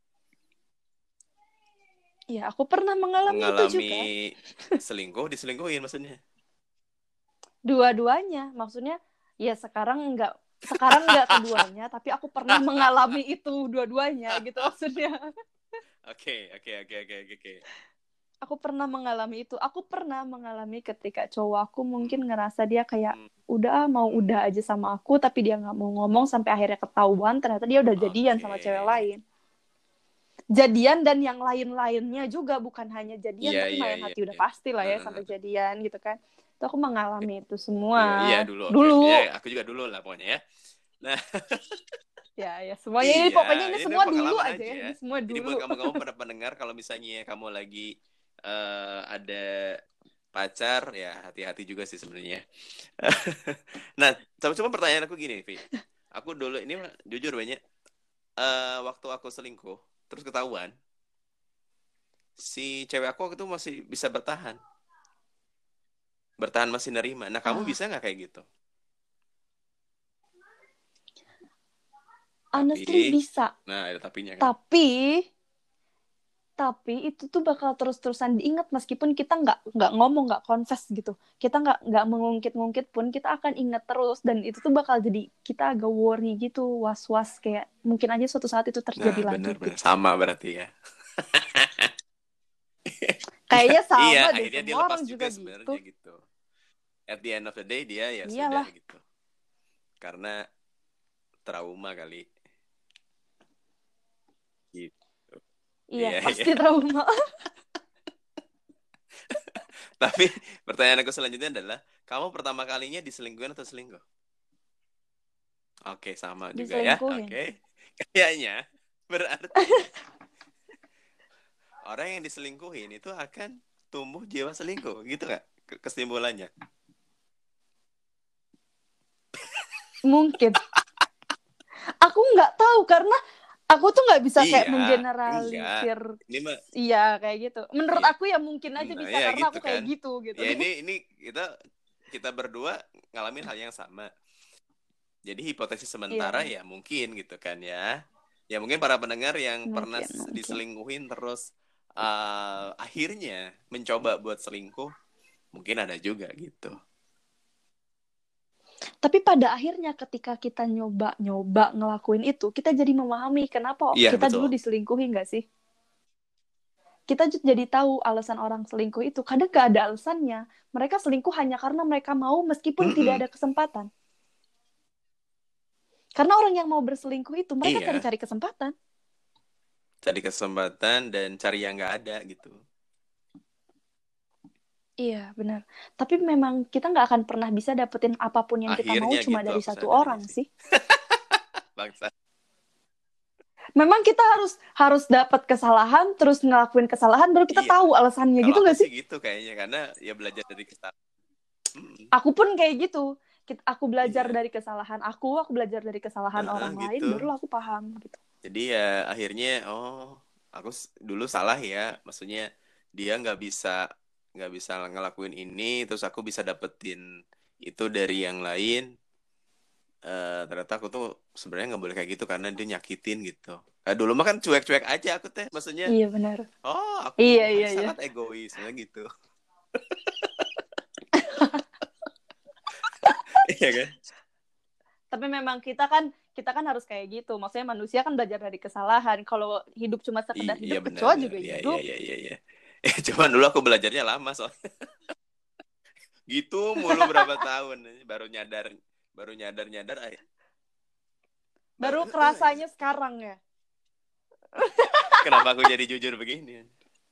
[SPEAKER 2] Iya, aku pernah mengalami itu juga.
[SPEAKER 1] Diselingkuhin maksudnya.
[SPEAKER 2] Dua-duanya, maksudnya ya sekarang nggak keduanya, tapi aku pernah mengalami itu dua-duanya gitu maksudnya.
[SPEAKER 1] Oke.
[SPEAKER 2] Aku pernah mengalami itu. Aku pernah mengalami ketika cowok aku mungkin ngerasa dia kayak udah aja sama aku, tapi dia nggak mau ngomong sampai akhirnya ketahuan ternyata dia udah jadian sama cewek lain. Jadian dan yang lain-lainnya juga, bukan hanya jadian, tapi main hati udah pasti lah ya sampai jadian gitu kan. Itu aku mengalami itu semua.
[SPEAKER 1] Iya dulu.
[SPEAKER 2] Dulu.
[SPEAKER 1] Ya, aku juga dulu lah pokoknya ya. Nah,
[SPEAKER 2] Ya semuanya ini pokoknya ini semua dulu
[SPEAKER 1] pengalaman
[SPEAKER 2] aja ya. Ini semua
[SPEAKER 1] Jadi buat
[SPEAKER 2] dulu.
[SPEAKER 1] kamu pada pendengar, kalau misalnya kamu lagi ada pacar, ya hati-hati juga sih sebenarnya. Nah, coba pertanyaan aku gini, Vi. Aku dulu ini jujur banyak, waktu aku selingkuh terus ketahuan, si cewek aku itu masih bisa bertahan masih nerima. Nah, kamu bisa nggak kayak gitu?
[SPEAKER 2] Honestly bisa.
[SPEAKER 1] Nah, ada tapinya kan.
[SPEAKER 2] Tapi Tapi itu tuh bakal terus-terusan diingat meskipun kita nggak ngomong, nggak confess gitu. Kita nggak mengungkit-ngungkit pun kita akan ingat terus, dan itu tuh bakal jadi kita agak worry gitu, was-was kayak mungkin aja suatu saat itu
[SPEAKER 1] Nah,
[SPEAKER 2] terjadi lagi
[SPEAKER 1] benar-benar
[SPEAKER 2] gitu.
[SPEAKER 1] sama berarti ya. Iya,
[SPEAKER 2] Kayaknya
[SPEAKER 1] iya,
[SPEAKER 2] sama deh,
[SPEAKER 1] akhirnya dia
[SPEAKER 2] semua
[SPEAKER 1] lepas
[SPEAKER 2] orang
[SPEAKER 1] juga
[SPEAKER 2] juga
[SPEAKER 1] sebenarnya
[SPEAKER 2] gitu.
[SPEAKER 1] gitu. At the end of the day dia ya sudah
[SPEAKER 2] Iyalah,
[SPEAKER 1] gitu. Karena trauma kali. Gitu.
[SPEAKER 2] iya
[SPEAKER 1] Iya, iya.
[SPEAKER 2] pasti trauma.
[SPEAKER 1] Tapi pertanyaan aku selanjutnya adalah, kamu pertama kalinya diselingkuhin atau selingkuh? Oke, sama juga ya.
[SPEAKER 2] Diselingkuhin.
[SPEAKER 1] Oke. Kayaknya berarti orang yang diselingkuhin itu akan tumbuh jiwa selingkuh, gitu nggak? Kesimpulannya.
[SPEAKER 2] Mungkin. Aku nggak tahu karena aku tuh nggak bisa kayak
[SPEAKER 1] Iya, enggak.
[SPEAKER 2] mengeneralisir.
[SPEAKER 1] Ini mah,
[SPEAKER 2] Iya kayak gitu. Menurut
[SPEAKER 1] iya.
[SPEAKER 2] aku ya mungkin aja
[SPEAKER 1] Nah,
[SPEAKER 2] bisa
[SPEAKER 1] ya
[SPEAKER 2] karena
[SPEAKER 1] gitu
[SPEAKER 2] aku kayak
[SPEAKER 1] kan.
[SPEAKER 2] gitu gitu.
[SPEAKER 1] Ya ini kita berdua ngalamin hal yang sama. Jadi hipotesis sementara
[SPEAKER 2] Iya,
[SPEAKER 1] ya mungkin gitu kan ya. Ya mungkin para pendengar yang pernah
[SPEAKER 2] mungkin.
[SPEAKER 1] diselingkuhin terus akhirnya mencoba buat selingkuh, mungkin ada juga gitu.
[SPEAKER 2] Tapi pada akhirnya ketika kita nyoba ngelakuin itu, kita jadi memahami kenapa
[SPEAKER 1] Iya,
[SPEAKER 2] kita dulu
[SPEAKER 1] betul.
[SPEAKER 2] diselingkuhi nggak sih? Kita jadi tahu alasan orang selingkuh itu. Kadang gak ada alasannya. Mereka selingkuh hanya karena mereka mau meskipun tidak
[SPEAKER 1] Mm-mm.
[SPEAKER 2] ada kesempatan. Karena orang yang mau berselingkuh itu, mereka
[SPEAKER 1] Iya,
[SPEAKER 2] cari-cari kesempatan.
[SPEAKER 1] cari kesempatan dan cari yang nggak ada gitu.
[SPEAKER 2] Iya, benar. Tapi memang kita nggak akan pernah bisa dapetin apapun yang kita mau
[SPEAKER 1] Akhirnya
[SPEAKER 2] cuma
[SPEAKER 1] gitu
[SPEAKER 2] dari
[SPEAKER 1] aku
[SPEAKER 2] satu
[SPEAKER 1] sadarnya
[SPEAKER 2] orang
[SPEAKER 1] sih.
[SPEAKER 2] sih.
[SPEAKER 1] Bangsa.
[SPEAKER 2] Memang kita harus dapat kesalahan, terus ngelakuin kesalahan, baru kita
[SPEAKER 1] Iya,
[SPEAKER 2] tahu alasannya
[SPEAKER 1] kalau
[SPEAKER 2] gitu
[SPEAKER 1] aku
[SPEAKER 2] nggak
[SPEAKER 1] sih
[SPEAKER 2] sih?
[SPEAKER 1] gitu kayaknya karena ya belajar dari kesalahan. Mm-mm.
[SPEAKER 2] Aku pun kayak gitu. Aku belajar
[SPEAKER 1] Iya,
[SPEAKER 2] dari kesalahan aku belajar dari kesalahan orang lain,
[SPEAKER 1] gitu.
[SPEAKER 2] baru aku paham gitu.
[SPEAKER 1] Jadi ya akhirnya aku dulu salah ya, maksudnya dia nggak bisa ngelakuin ini, terus aku bisa dapetin itu dari yang lain. Ternyata aku tuh sebenarnya nggak boleh kayak gitu karena dia nyakitin gitu. Dulu mah kan cuek-cuek aja aku teh, maksudnya
[SPEAKER 2] Iya benar.
[SPEAKER 1] aku
[SPEAKER 2] Iya iya iya.
[SPEAKER 1] sangat egois, maksudnya gitu. Iya kan?
[SPEAKER 2] Tapi memang kita kan harus kayak gitu. Maksudnya manusia kan belajar dari kesalahan. Kalau hidup cuma sekedar
[SPEAKER 1] Iya
[SPEAKER 2] hidup, kecoa
[SPEAKER 1] benar-benar,
[SPEAKER 2] juga
[SPEAKER 1] iya iya
[SPEAKER 2] hidup.
[SPEAKER 1] iya iya. Iya. Cuman dulu aku belajarnya lama soalnya. Gitu mulu berapa tahun baru nyadar baru
[SPEAKER 2] Baru kerasanya sekarang ya.
[SPEAKER 1] kenapa aku jadi jujur begini.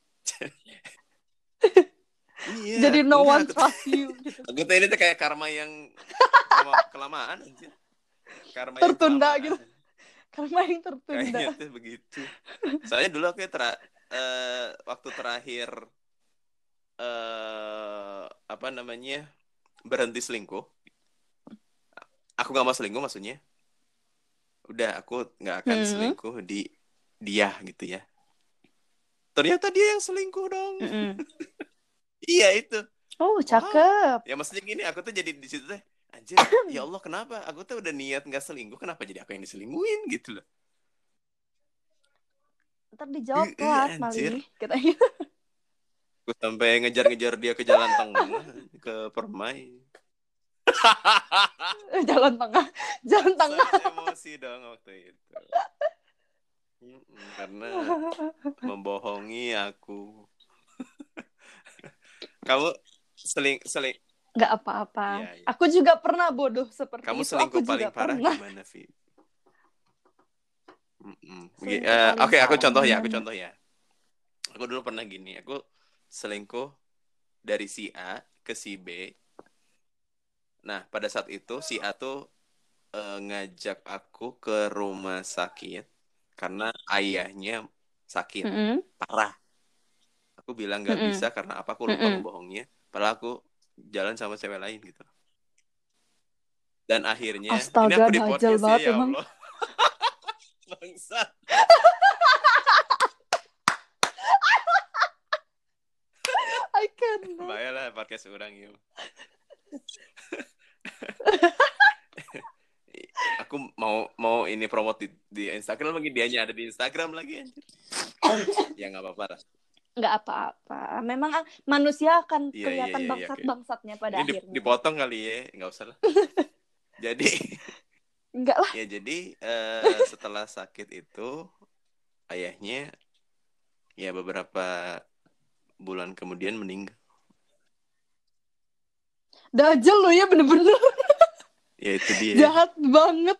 [SPEAKER 1] Iya,
[SPEAKER 2] Jadi no
[SPEAKER 1] enggak
[SPEAKER 2] one trust you gitu.
[SPEAKER 1] aku tuh ini tuh kayak karma yang kelamaan anjir. Karma yang
[SPEAKER 2] Tertunda gitu.
[SPEAKER 1] kelamaan.
[SPEAKER 2] Karena yang tertunda.
[SPEAKER 1] Kayaknya tuh begitu. Soalnya dulu aku waktu terakhir apa namanya berhenti selingkuh. Aku nggak mau selingkuh maksudnya. Udah aku nggak akan
[SPEAKER 2] Hmm.
[SPEAKER 1] selingkuh di dia gitu ya. Ternyata dia yang selingkuh dong.
[SPEAKER 2] Mm-mm.
[SPEAKER 1] Iya itu.
[SPEAKER 2] Oh,
[SPEAKER 1] Wah,
[SPEAKER 2] cakep.
[SPEAKER 1] ya maksudnya gini, aku tuh jadi di situ teh, anjir, ya Allah kenapa? Aku tuh udah niat nggak selingkuh, kenapa jadi aku yang diselingkuhin gitu loh?
[SPEAKER 2] Ntar dijawab telat,
[SPEAKER 1] Anjir,
[SPEAKER 2] Mali. Katanya.
[SPEAKER 1] aku sampai ngejar-ngejar dia ke jalan tengah, ke Permai.
[SPEAKER 2] Jalan tengah. Jalan tengah.
[SPEAKER 1] Sangat emosi dong waktu itu. Karena membohongi aku. Kamu seling seling,
[SPEAKER 2] Nggak apa-apa.
[SPEAKER 1] iya iya.
[SPEAKER 2] Aku juga pernah bodoh seperti
[SPEAKER 1] Kamu
[SPEAKER 2] itu. Aku
[SPEAKER 1] selingkuh
[SPEAKER 2] juga
[SPEAKER 1] paling parah
[SPEAKER 2] pernah.
[SPEAKER 1] gimana, Vi?
[SPEAKER 2] Selingkuh paling
[SPEAKER 1] Oke, aku
[SPEAKER 2] parah
[SPEAKER 1] contoh ya,
[SPEAKER 2] gimana?
[SPEAKER 1] Aku dulu pernah gini, aku selingkuh dari si A ke si B. Nah, pada saat itu si A tuh ngajak aku ke rumah sakit karena ayahnya sakit
[SPEAKER 2] Mm-mm.
[SPEAKER 1] parah. Aku bilang nggak
[SPEAKER 2] Mm-mm.
[SPEAKER 1] bisa karena apa? Aku lupa
[SPEAKER 2] Mm-mm.
[SPEAKER 1] ngebohongnya. Padahal aku jalan sama cewek lain gitu. Dan akhirnya, ini
[SPEAKER 2] Astaga,
[SPEAKER 1] aku di
[SPEAKER 2] dajal
[SPEAKER 1] podcast
[SPEAKER 2] banget
[SPEAKER 1] ya
[SPEAKER 2] emang.
[SPEAKER 1] Allah. Bangsat.
[SPEAKER 2] I cannot.
[SPEAKER 1] Baiklah podcast orang ya. Aku mau ini promote di Instagram lagi, dianya ada di Instagram lagi anjir. Ya nggak apa-apa lah.
[SPEAKER 2] Nggak apa-apa. Memang manusia akan
[SPEAKER 1] Iya,
[SPEAKER 2] kelihatan
[SPEAKER 1] iya.
[SPEAKER 2] bangsat-bangsatnya pada
[SPEAKER 1] Ini
[SPEAKER 2] akhirnya.
[SPEAKER 1] dipotong kali ya, nggak usah lah. Jadi,
[SPEAKER 2] Enggak lah.
[SPEAKER 1] ya jadi setelah sakit itu ayahnya ya beberapa bulan kemudian meninggal.
[SPEAKER 2] Dajal lo ya bener-bener.
[SPEAKER 1] Ya itu dia.
[SPEAKER 2] Jahat banget.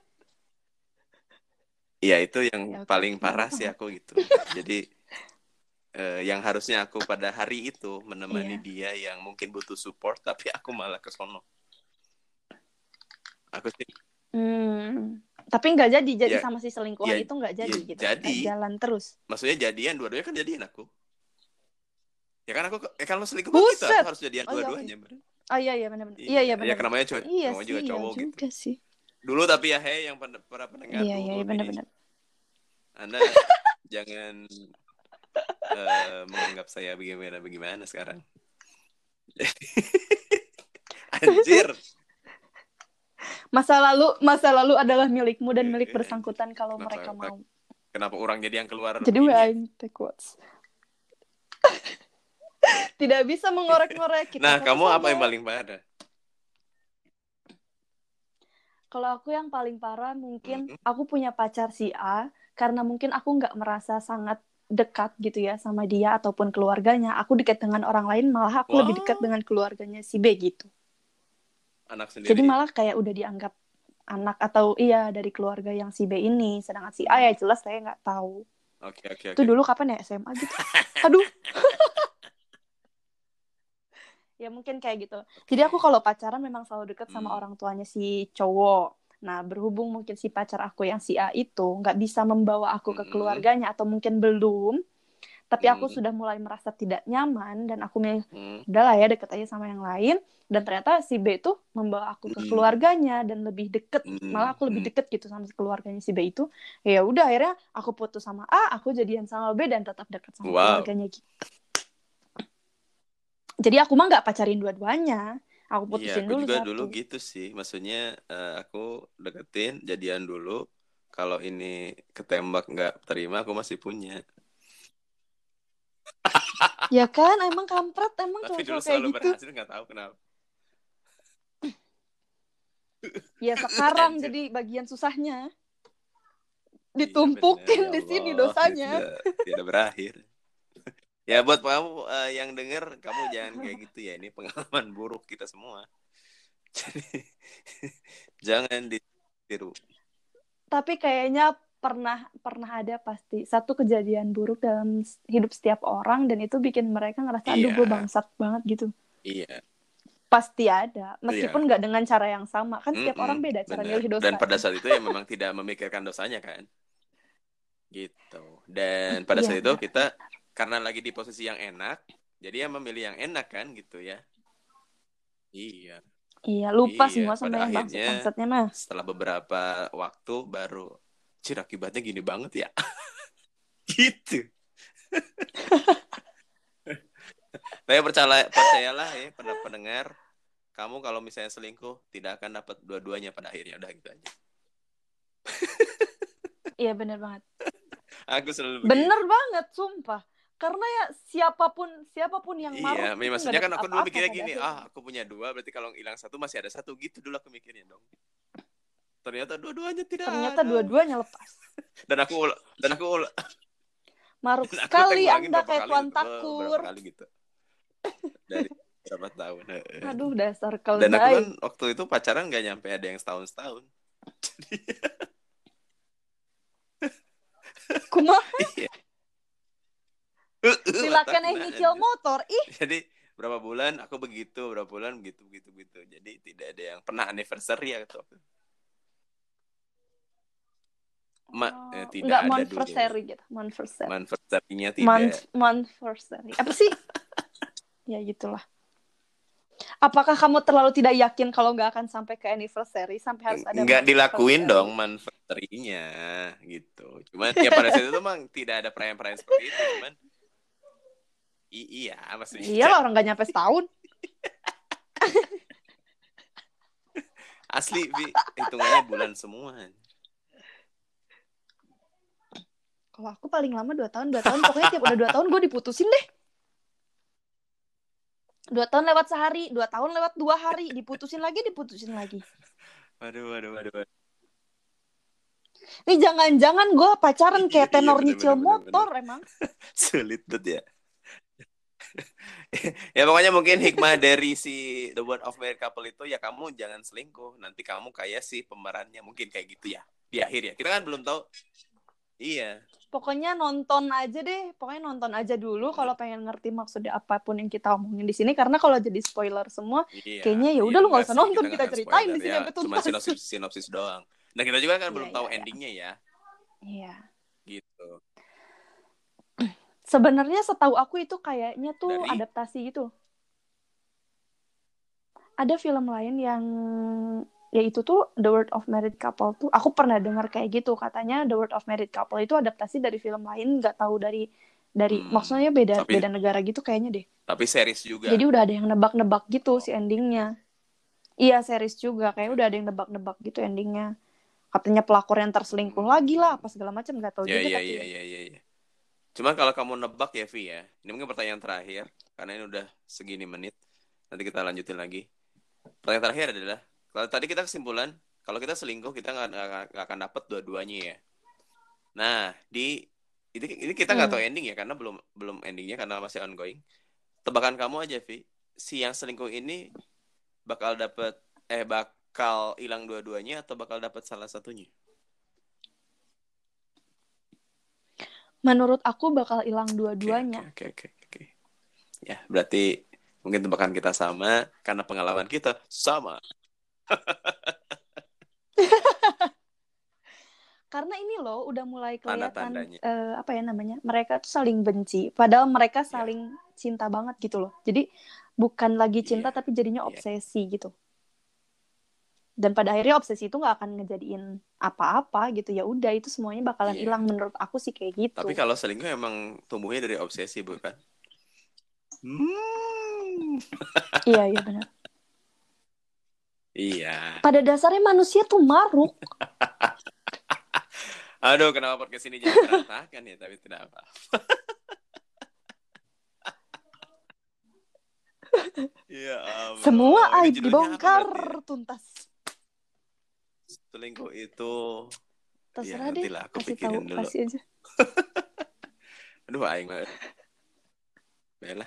[SPEAKER 1] Ya itu yang
[SPEAKER 2] Ya,
[SPEAKER 1] paling
[SPEAKER 2] oke.
[SPEAKER 1] parah sih aku gitu. Jadi yang harusnya aku pada hari itu menemani
[SPEAKER 2] Iya.
[SPEAKER 1] dia yang mungkin butuh support, tapi aku malah ke sono. Aku sih
[SPEAKER 2] Tapi nggak jadi
[SPEAKER 1] ya
[SPEAKER 2] sama si selingkuhan
[SPEAKER 1] ya
[SPEAKER 2] itu nggak
[SPEAKER 1] ya
[SPEAKER 2] jadi gitu.
[SPEAKER 1] jadi
[SPEAKER 2] Nggak jalan terus.
[SPEAKER 1] maksudnya jadian dua-duanya kan jadian aku. Ya kan aku kalau selingkuh kan gitu aku
[SPEAKER 2] Buset.
[SPEAKER 1] harus jadian
[SPEAKER 2] Oh iya oke.
[SPEAKER 1] dua-duanya.
[SPEAKER 2] Oh iya benar-benar. Iya
[SPEAKER 1] Iya, ya kan
[SPEAKER 2] benar-benar.
[SPEAKER 1] namanya
[SPEAKER 2] Iya
[SPEAKER 1] namanya
[SPEAKER 2] sih,
[SPEAKER 1] juga
[SPEAKER 2] iya
[SPEAKER 1] cowok gitu.
[SPEAKER 2] juga sih.
[SPEAKER 1] Dulu tapi ya yang para pendengar
[SPEAKER 2] Iya
[SPEAKER 1] dulu nih,
[SPEAKER 2] benar-benar.
[SPEAKER 1] Anda jangan menganggap saya bagaimana sekarang. Anjir.
[SPEAKER 2] Masa lalu adalah milikmu dan milik bersangkutan kalau mereka mau.
[SPEAKER 1] Kenapa orang jadi yang keluar
[SPEAKER 2] Jadi
[SPEAKER 1] ini ya?
[SPEAKER 2] take quotes. Tidak bisa mengorek-ngorek kita.
[SPEAKER 1] Nah,
[SPEAKER 2] Satu
[SPEAKER 1] kamu apa
[SPEAKER 2] saja.
[SPEAKER 1] yang paling parah?
[SPEAKER 2] Kalau aku yang paling parah mungkin aku punya pacar si A karena mungkin aku nggak merasa sangat dekat gitu ya sama dia ataupun keluarganya. Aku dekat dengan orang lain, malah aku lebih dekat dengan keluarganya si B gitu.
[SPEAKER 1] Anak
[SPEAKER 2] Jadi
[SPEAKER 1] sendiri.
[SPEAKER 2] malah kayak udah dianggap anak atau iya dari keluarga yang si B ini. Sedangkan si A ya jelas saya nggak tahu.
[SPEAKER 1] Oke.
[SPEAKER 2] Itu dulu kapan ya SMA gitu. Aduh. Ya mungkin kayak gitu. Jadi aku kalau pacaran memang selalu deket sama orang tuanya si cowok. Nah, berhubung mungkin si pacar aku yang si A itu nggak bisa membawa aku ke keluarganya atau mungkin belum, tapi aku sudah mulai merasa tidak nyaman dan aku milih udahlah ya deket aja sama yang lain. Dan ternyata si B itu membawa aku ke keluarganya dan lebih deket, malah aku lebih deket gitu sama keluarganya si B itu. Ya udah akhirnya aku putus sama A, aku jadian sama B dan tetap deket sama keluarganya gitu. Jadi aku mah nggak pacarin dua-duanya. Aku putusin
[SPEAKER 1] aku
[SPEAKER 2] dulu
[SPEAKER 1] juga
[SPEAKER 2] satu.
[SPEAKER 1] dulu gitu sih. Maksudnya aku deketin, jadian dulu. Kalau ini ketembak nggak terima, aku masih punya.
[SPEAKER 2] Ya kan, emang kampret, emang
[SPEAKER 1] Tapi dulu
[SPEAKER 2] cowok-cowok kayak
[SPEAKER 1] selalu
[SPEAKER 2] gitu.
[SPEAKER 1] berhasil, nggak tahu kenapa.
[SPEAKER 2] Ya sekarang
[SPEAKER 1] Anjir.
[SPEAKER 2] jadi bagian susahnya.
[SPEAKER 1] Iya benar,
[SPEAKER 2] Ditumpukin
[SPEAKER 1] ya
[SPEAKER 2] di sini
[SPEAKER 1] Allah, ini
[SPEAKER 2] dosanya.
[SPEAKER 1] tidak berakhir. Ya buat kamu yang denger, kamu jangan kayak gitu ya. Ini pengalaman buruk kita semua. Jadi jangan ditiru.
[SPEAKER 2] Tapi kayaknya pernah ada pasti satu kejadian buruk dalam hidup setiap orang dan itu bikin mereka ngerasa aduh gue
[SPEAKER 1] Iya,
[SPEAKER 2] bangsat banget gitu.
[SPEAKER 1] iya,
[SPEAKER 2] Pasti ada,
[SPEAKER 1] iya.
[SPEAKER 2] meskipun nggak dengan cara yang sama. Kan setiap orang beda cara
[SPEAKER 1] Benar.
[SPEAKER 2] milih
[SPEAKER 1] Dan pada
[SPEAKER 2] dosanya.
[SPEAKER 1] saat itu ya memang tidak memikirkan dosanya kan. Gitu. Dan pada
[SPEAKER 2] Iya
[SPEAKER 1] saat itu
[SPEAKER 2] benar.
[SPEAKER 1] kita karena lagi di posisi yang enak, jadi ya memilih yang enak kan gitu ya. Iya.
[SPEAKER 2] Iya, lupa
[SPEAKER 1] Iya,
[SPEAKER 2] semua sama
[SPEAKER 1] pada
[SPEAKER 2] yang
[SPEAKER 1] akhirnya
[SPEAKER 2] bangsat-bangsatnya mah.
[SPEAKER 1] setelah beberapa waktu baru akibatnya gini banget ya. Gitu. Tapi percayalah ya pada pendengar, kamu kalau misalnya selingkuh tidak akan dapat dua-duanya pada akhirnya, udah gitu aja.
[SPEAKER 2] Iya benar banget.
[SPEAKER 1] Aku selalu begitu.
[SPEAKER 2] Bener banget, sumpah. Karena ya siapapun yang maruk
[SPEAKER 1] Iya,
[SPEAKER 2] itu
[SPEAKER 1] maksudnya
[SPEAKER 2] nggak
[SPEAKER 1] kan
[SPEAKER 2] dapat
[SPEAKER 1] aku dulu
[SPEAKER 2] apa-apa
[SPEAKER 1] mikirnya
[SPEAKER 2] pada
[SPEAKER 1] gini,
[SPEAKER 2] akhirnya.
[SPEAKER 1] aku punya dua, berarti kalau hilang satu masih ada satu, gitu dulu aku mikirnya dong. Ternyata dua-duanya tidak
[SPEAKER 2] Ternyata
[SPEAKER 1] ada.
[SPEAKER 2] dua-duanya lepas.
[SPEAKER 1] Dan aku
[SPEAKER 2] Maruk
[SPEAKER 1] dan aku
[SPEAKER 2] sekali
[SPEAKER 1] ngulangin
[SPEAKER 2] Anda
[SPEAKER 1] berapa
[SPEAKER 2] kayak
[SPEAKER 1] kali
[SPEAKER 2] Tuan
[SPEAKER 1] gitu, berapa
[SPEAKER 2] Takur.
[SPEAKER 1] kali gitu. Dari berapa tahun.
[SPEAKER 2] Aduh, dasar
[SPEAKER 1] Dan aku kan
[SPEAKER 2] keledai.
[SPEAKER 1] waktu itu pacaran nggak nyampe ada yang setahun.
[SPEAKER 2] Kumaha?
[SPEAKER 1] Iya.
[SPEAKER 2] Silakan nyicil motor. Ih,
[SPEAKER 1] Jadi berapa bulan aku begitu, berapa bulan begitu. Jadi tidak ada yang pernah anniversary atau tidak
[SPEAKER 2] nggak
[SPEAKER 1] ada dulu.
[SPEAKER 2] monversary gitu. Monversary.
[SPEAKER 1] Anniversary-nya tidak.
[SPEAKER 2] Monversary. Apa sih? Ya gitulah. Apakah kamu terlalu tidak yakin kalau nggak akan sampai ke anniversary sampai harus ada
[SPEAKER 1] Nggak dilakuin
[SPEAKER 2] monversary?
[SPEAKER 1] dong anniversary-nya gitu. Cuman ya pada saat itu memang tidak ada perayaan-perayaan seperti itu. Cuman iya maksudnya.
[SPEAKER 2] Iyalah orang nggak nyampe setahun.
[SPEAKER 1] Asli, Bi, hitungannya bulan semua.
[SPEAKER 2] Kalau aku paling lama 2 tahun, 2 tahun. Pokoknya tiap udah 2 tahun gue diputusin deh. 2 tahun lewat sehari, 2 tahun lewat 2 hari, diputusin lagi, diputusin lagi.
[SPEAKER 1] Waduh.
[SPEAKER 2] Nih jangan-jangan gue pacaran kayak
[SPEAKER 1] Iya,
[SPEAKER 2] tenor nyicil motor emang.
[SPEAKER 1] Sulit banget ya. Ya pokoknya mungkin hikmah dari si The Word of Married Couple itu ya kamu jangan selingkuh. Nanti kamu kayak si pemerannya. Mungkin kayak gitu ya. Di akhir ya. Kita kan belum tahu. Iya.
[SPEAKER 2] Pokoknya nonton aja deh. Pokoknya nonton aja dulu kalau pengen ngerti maksudnya apapun yang kita omongin di sini. Karena kalau jadi spoiler semua,
[SPEAKER 1] Iya.
[SPEAKER 2] kayaknya ya
[SPEAKER 1] Iya
[SPEAKER 2] udah lu nggak
[SPEAKER 1] enggak
[SPEAKER 2] usah
[SPEAKER 1] sih.
[SPEAKER 2] nonton.
[SPEAKER 1] Kita nggak
[SPEAKER 2] Kita
[SPEAKER 1] akan
[SPEAKER 2] ceritain
[SPEAKER 1] spoiler
[SPEAKER 2] di sini
[SPEAKER 1] ya.
[SPEAKER 2] sampai
[SPEAKER 1] Cuma
[SPEAKER 2] tuntas.
[SPEAKER 1] sinopsis doang. Nah kita juga kan
[SPEAKER 2] Iya,
[SPEAKER 1] belum
[SPEAKER 2] iya,
[SPEAKER 1] tahu
[SPEAKER 2] iya.
[SPEAKER 1] endingnya ya.
[SPEAKER 2] Iya.
[SPEAKER 1] Gitu.
[SPEAKER 2] Sebenarnya setahu aku itu kayaknya tuh
[SPEAKER 1] Dari?
[SPEAKER 2] adaptasi gitu. Ada film lain yang yaitu tuh The Word of Married Couple tuh aku pernah dengar kayak gitu, katanya The Word of Married Couple itu adaptasi dari film lain, nggak tahu dari maksudnya beda
[SPEAKER 1] Tapi
[SPEAKER 2] negara gitu kayaknya deh.
[SPEAKER 1] series juga.
[SPEAKER 2] Jadi udah ada yang nebak-nebak gitu
[SPEAKER 1] Oh,
[SPEAKER 2] si endingnya. Iya, series juga kayak udah ada yang nebak-nebak gitu endingnya. Katanya pelakor yang terselingkuh lagi lah apa segala macam, nggak tahu
[SPEAKER 1] Ya,
[SPEAKER 2] juga
[SPEAKER 1] ya,
[SPEAKER 2] tapi
[SPEAKER 1] ya,
[SPEAKER 2] ya.
[SPEAKER 1] ya, ya, ya. Cuma kalau kamu nebak ya, Vi ya. Ini mungkin pertanyaan terakhir. Karena ini udah segini menit. Nanti kita lanjutin lagi. Pertanyaan terakhir adalah, kalau tadi kita kesimpulan, kalau kita selingkuh, kita nggak akan dapet dua-duanya ya. Nah, ini kita nggak tahu ending ya, karena belum belum endingnya, karena masih ongoing. Tebakan kamu aja, Vi. Si yang selingkuh ini bakal hilang dua-duanya atau bakal dapat salah satunya?
[SPEAKER 2] Menurut aku bakal hilang
[SPEAKER 1] Oke, oke,
[SPEAKER 2] dua-duanya.
[SPEAKER 1] oke, oke, oke. Ya, berarti mungkin tebakan kita sama karena pengalaman kita sama.
[SPEAKER 2] Karena ini loh udah mulai kelihatan
[SPEAKER 1] Tanda-tandanya.
[SPEAKER 2] apa ya namanya, mereka tuh saling benci padahal mereka
[SPEAKER 1] Ya,
[SPEAKER 2] saling cinta banget gitu loh, jadi bukan lagi cinta
[SPEAKER 1] iya,
[SPEAKER 2] tapi jadinya
[SPEAKER 1] iya,
[SPEAKER 2] obsesi gitu, dan pada akhirnya obsesi itu nggak akan ngejadiin apa-apa gitu, ya udah itu semuanya bakalan
[SPEAKER 1] iya.
[SPEAKER 2] hilang menurut aku sih kayak
[SPEAKER 1] Tapi
[SPEAKER 2] gitu.
[SPEAKER 1] kalau selingkuh emang tumbuhnya dari obsesi, bukan? Hmm.
[SPEAKER 2] Iya, iya benar.
[SPEAKER 1] Iya.
[SPEAKER 2] Pada dasarnya manusia tuh maruk.
[SPEAKER 1] Aduh, kenapa podcast ini jadi berantakan ya? Tapi tidak apa. Ya
[SPEAKER 2] Semua
[SPEAKER 1] Allah. Ini
[SPEAKER 2] aib
[SPEAKER 1] judulnya apa
[SPEAKER 2] dibongkar
[SPEAKER 1] berarti ya?
[SPEAKER 2] tuntas.
[SPEAKER 1] Selingkuh itu... Ya,
[SPEAKER 2] Terserah deh,
[SPEAKER 1] nantilah aku
[SPEAKER 2] kasih tahu,
[SPEAKER 1] pikirin dulu.
[SPEAKER 2] kasih aja.
[SPEAKER 1] Aduh, aing banget. Baiklah.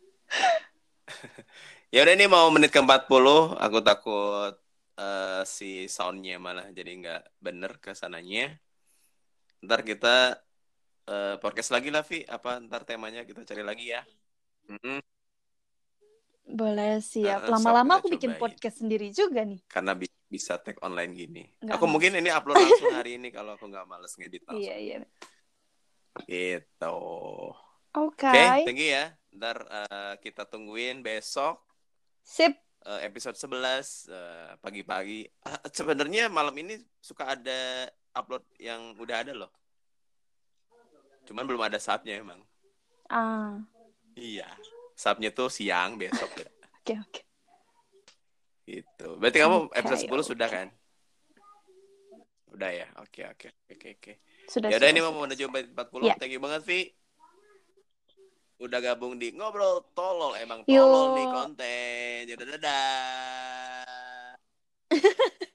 [SPEAKER 1] Ya udah, ini mau menit ke-40. Aku takut si soundnya malah jadi nggak bener ke sananya. Ntar kita podcast lagi lah, Vi. Apa ntar temanya kita cari lagi ya. Mm-mm.
[SPEAKER 2] Boleh, siap.
[SPEAKER 1] Sok
[SPEAKER 2] Lama-lama
[SPEAKER 1] kita
[SPEAKER 2] aku bikin
[SPEAKER 1] cobain.
[SPEAKER 2] podcast sendiri juga nih.
[SPEAKER 1] Karena bisa tag online gini.
[SPEAKER 2] Nggak
[SPEAKER 1] Aku mungkin
[SPEAKER 2] males.
[SPEAKER 1] ini upload langsung hari ini kalau aku nggak males ngedit
[SPEAKER 2] Iya,
[SPEAKER 1] langsung.
[SPEAKER 2] iya.
[SPEAKER 1] Gitu.
[SPEAKER 2] Oke.
[SPEAKER 1] Oke, thank you ya. Ntar kita tungguin besok
[SPEAKER 2] Sip.
[SPEAKER 1] episode 11 pagi-pagi. Sebenarnya malam ini suka ada upload yang udah ada loh. Cuman belum ada subnya emang.
[SPEAKER 2] Ah,
[SPEAKER 1] Iya. Subnya tuh siang besok ya.
[SPEAKER 2] oke, oke.
[SPEAKER 1] Gitu. Berarti kamu episode 10
[SPEAKER 2] Oke.
[SPEAKER 1] sudah kan? Udah ya. Oke.
[SPEAKER 2] Sudah,
[SPEAKER 1] Ya udah,
[SPEAKER 2] sudah,
[SPEAKER 1] ini mau
[SPEAKER 2] sudah.
[SPEAKER 1] menuju menit 40.
[SPEAKER 2] Ya.
[SPEAKER 1] Thank you banget, Vi. Udah gabung di Ngobrol Tolol. Emang tolol nih
[SPEAKER 2] Yuk.
[SPEAKER 1] konten. Dadah.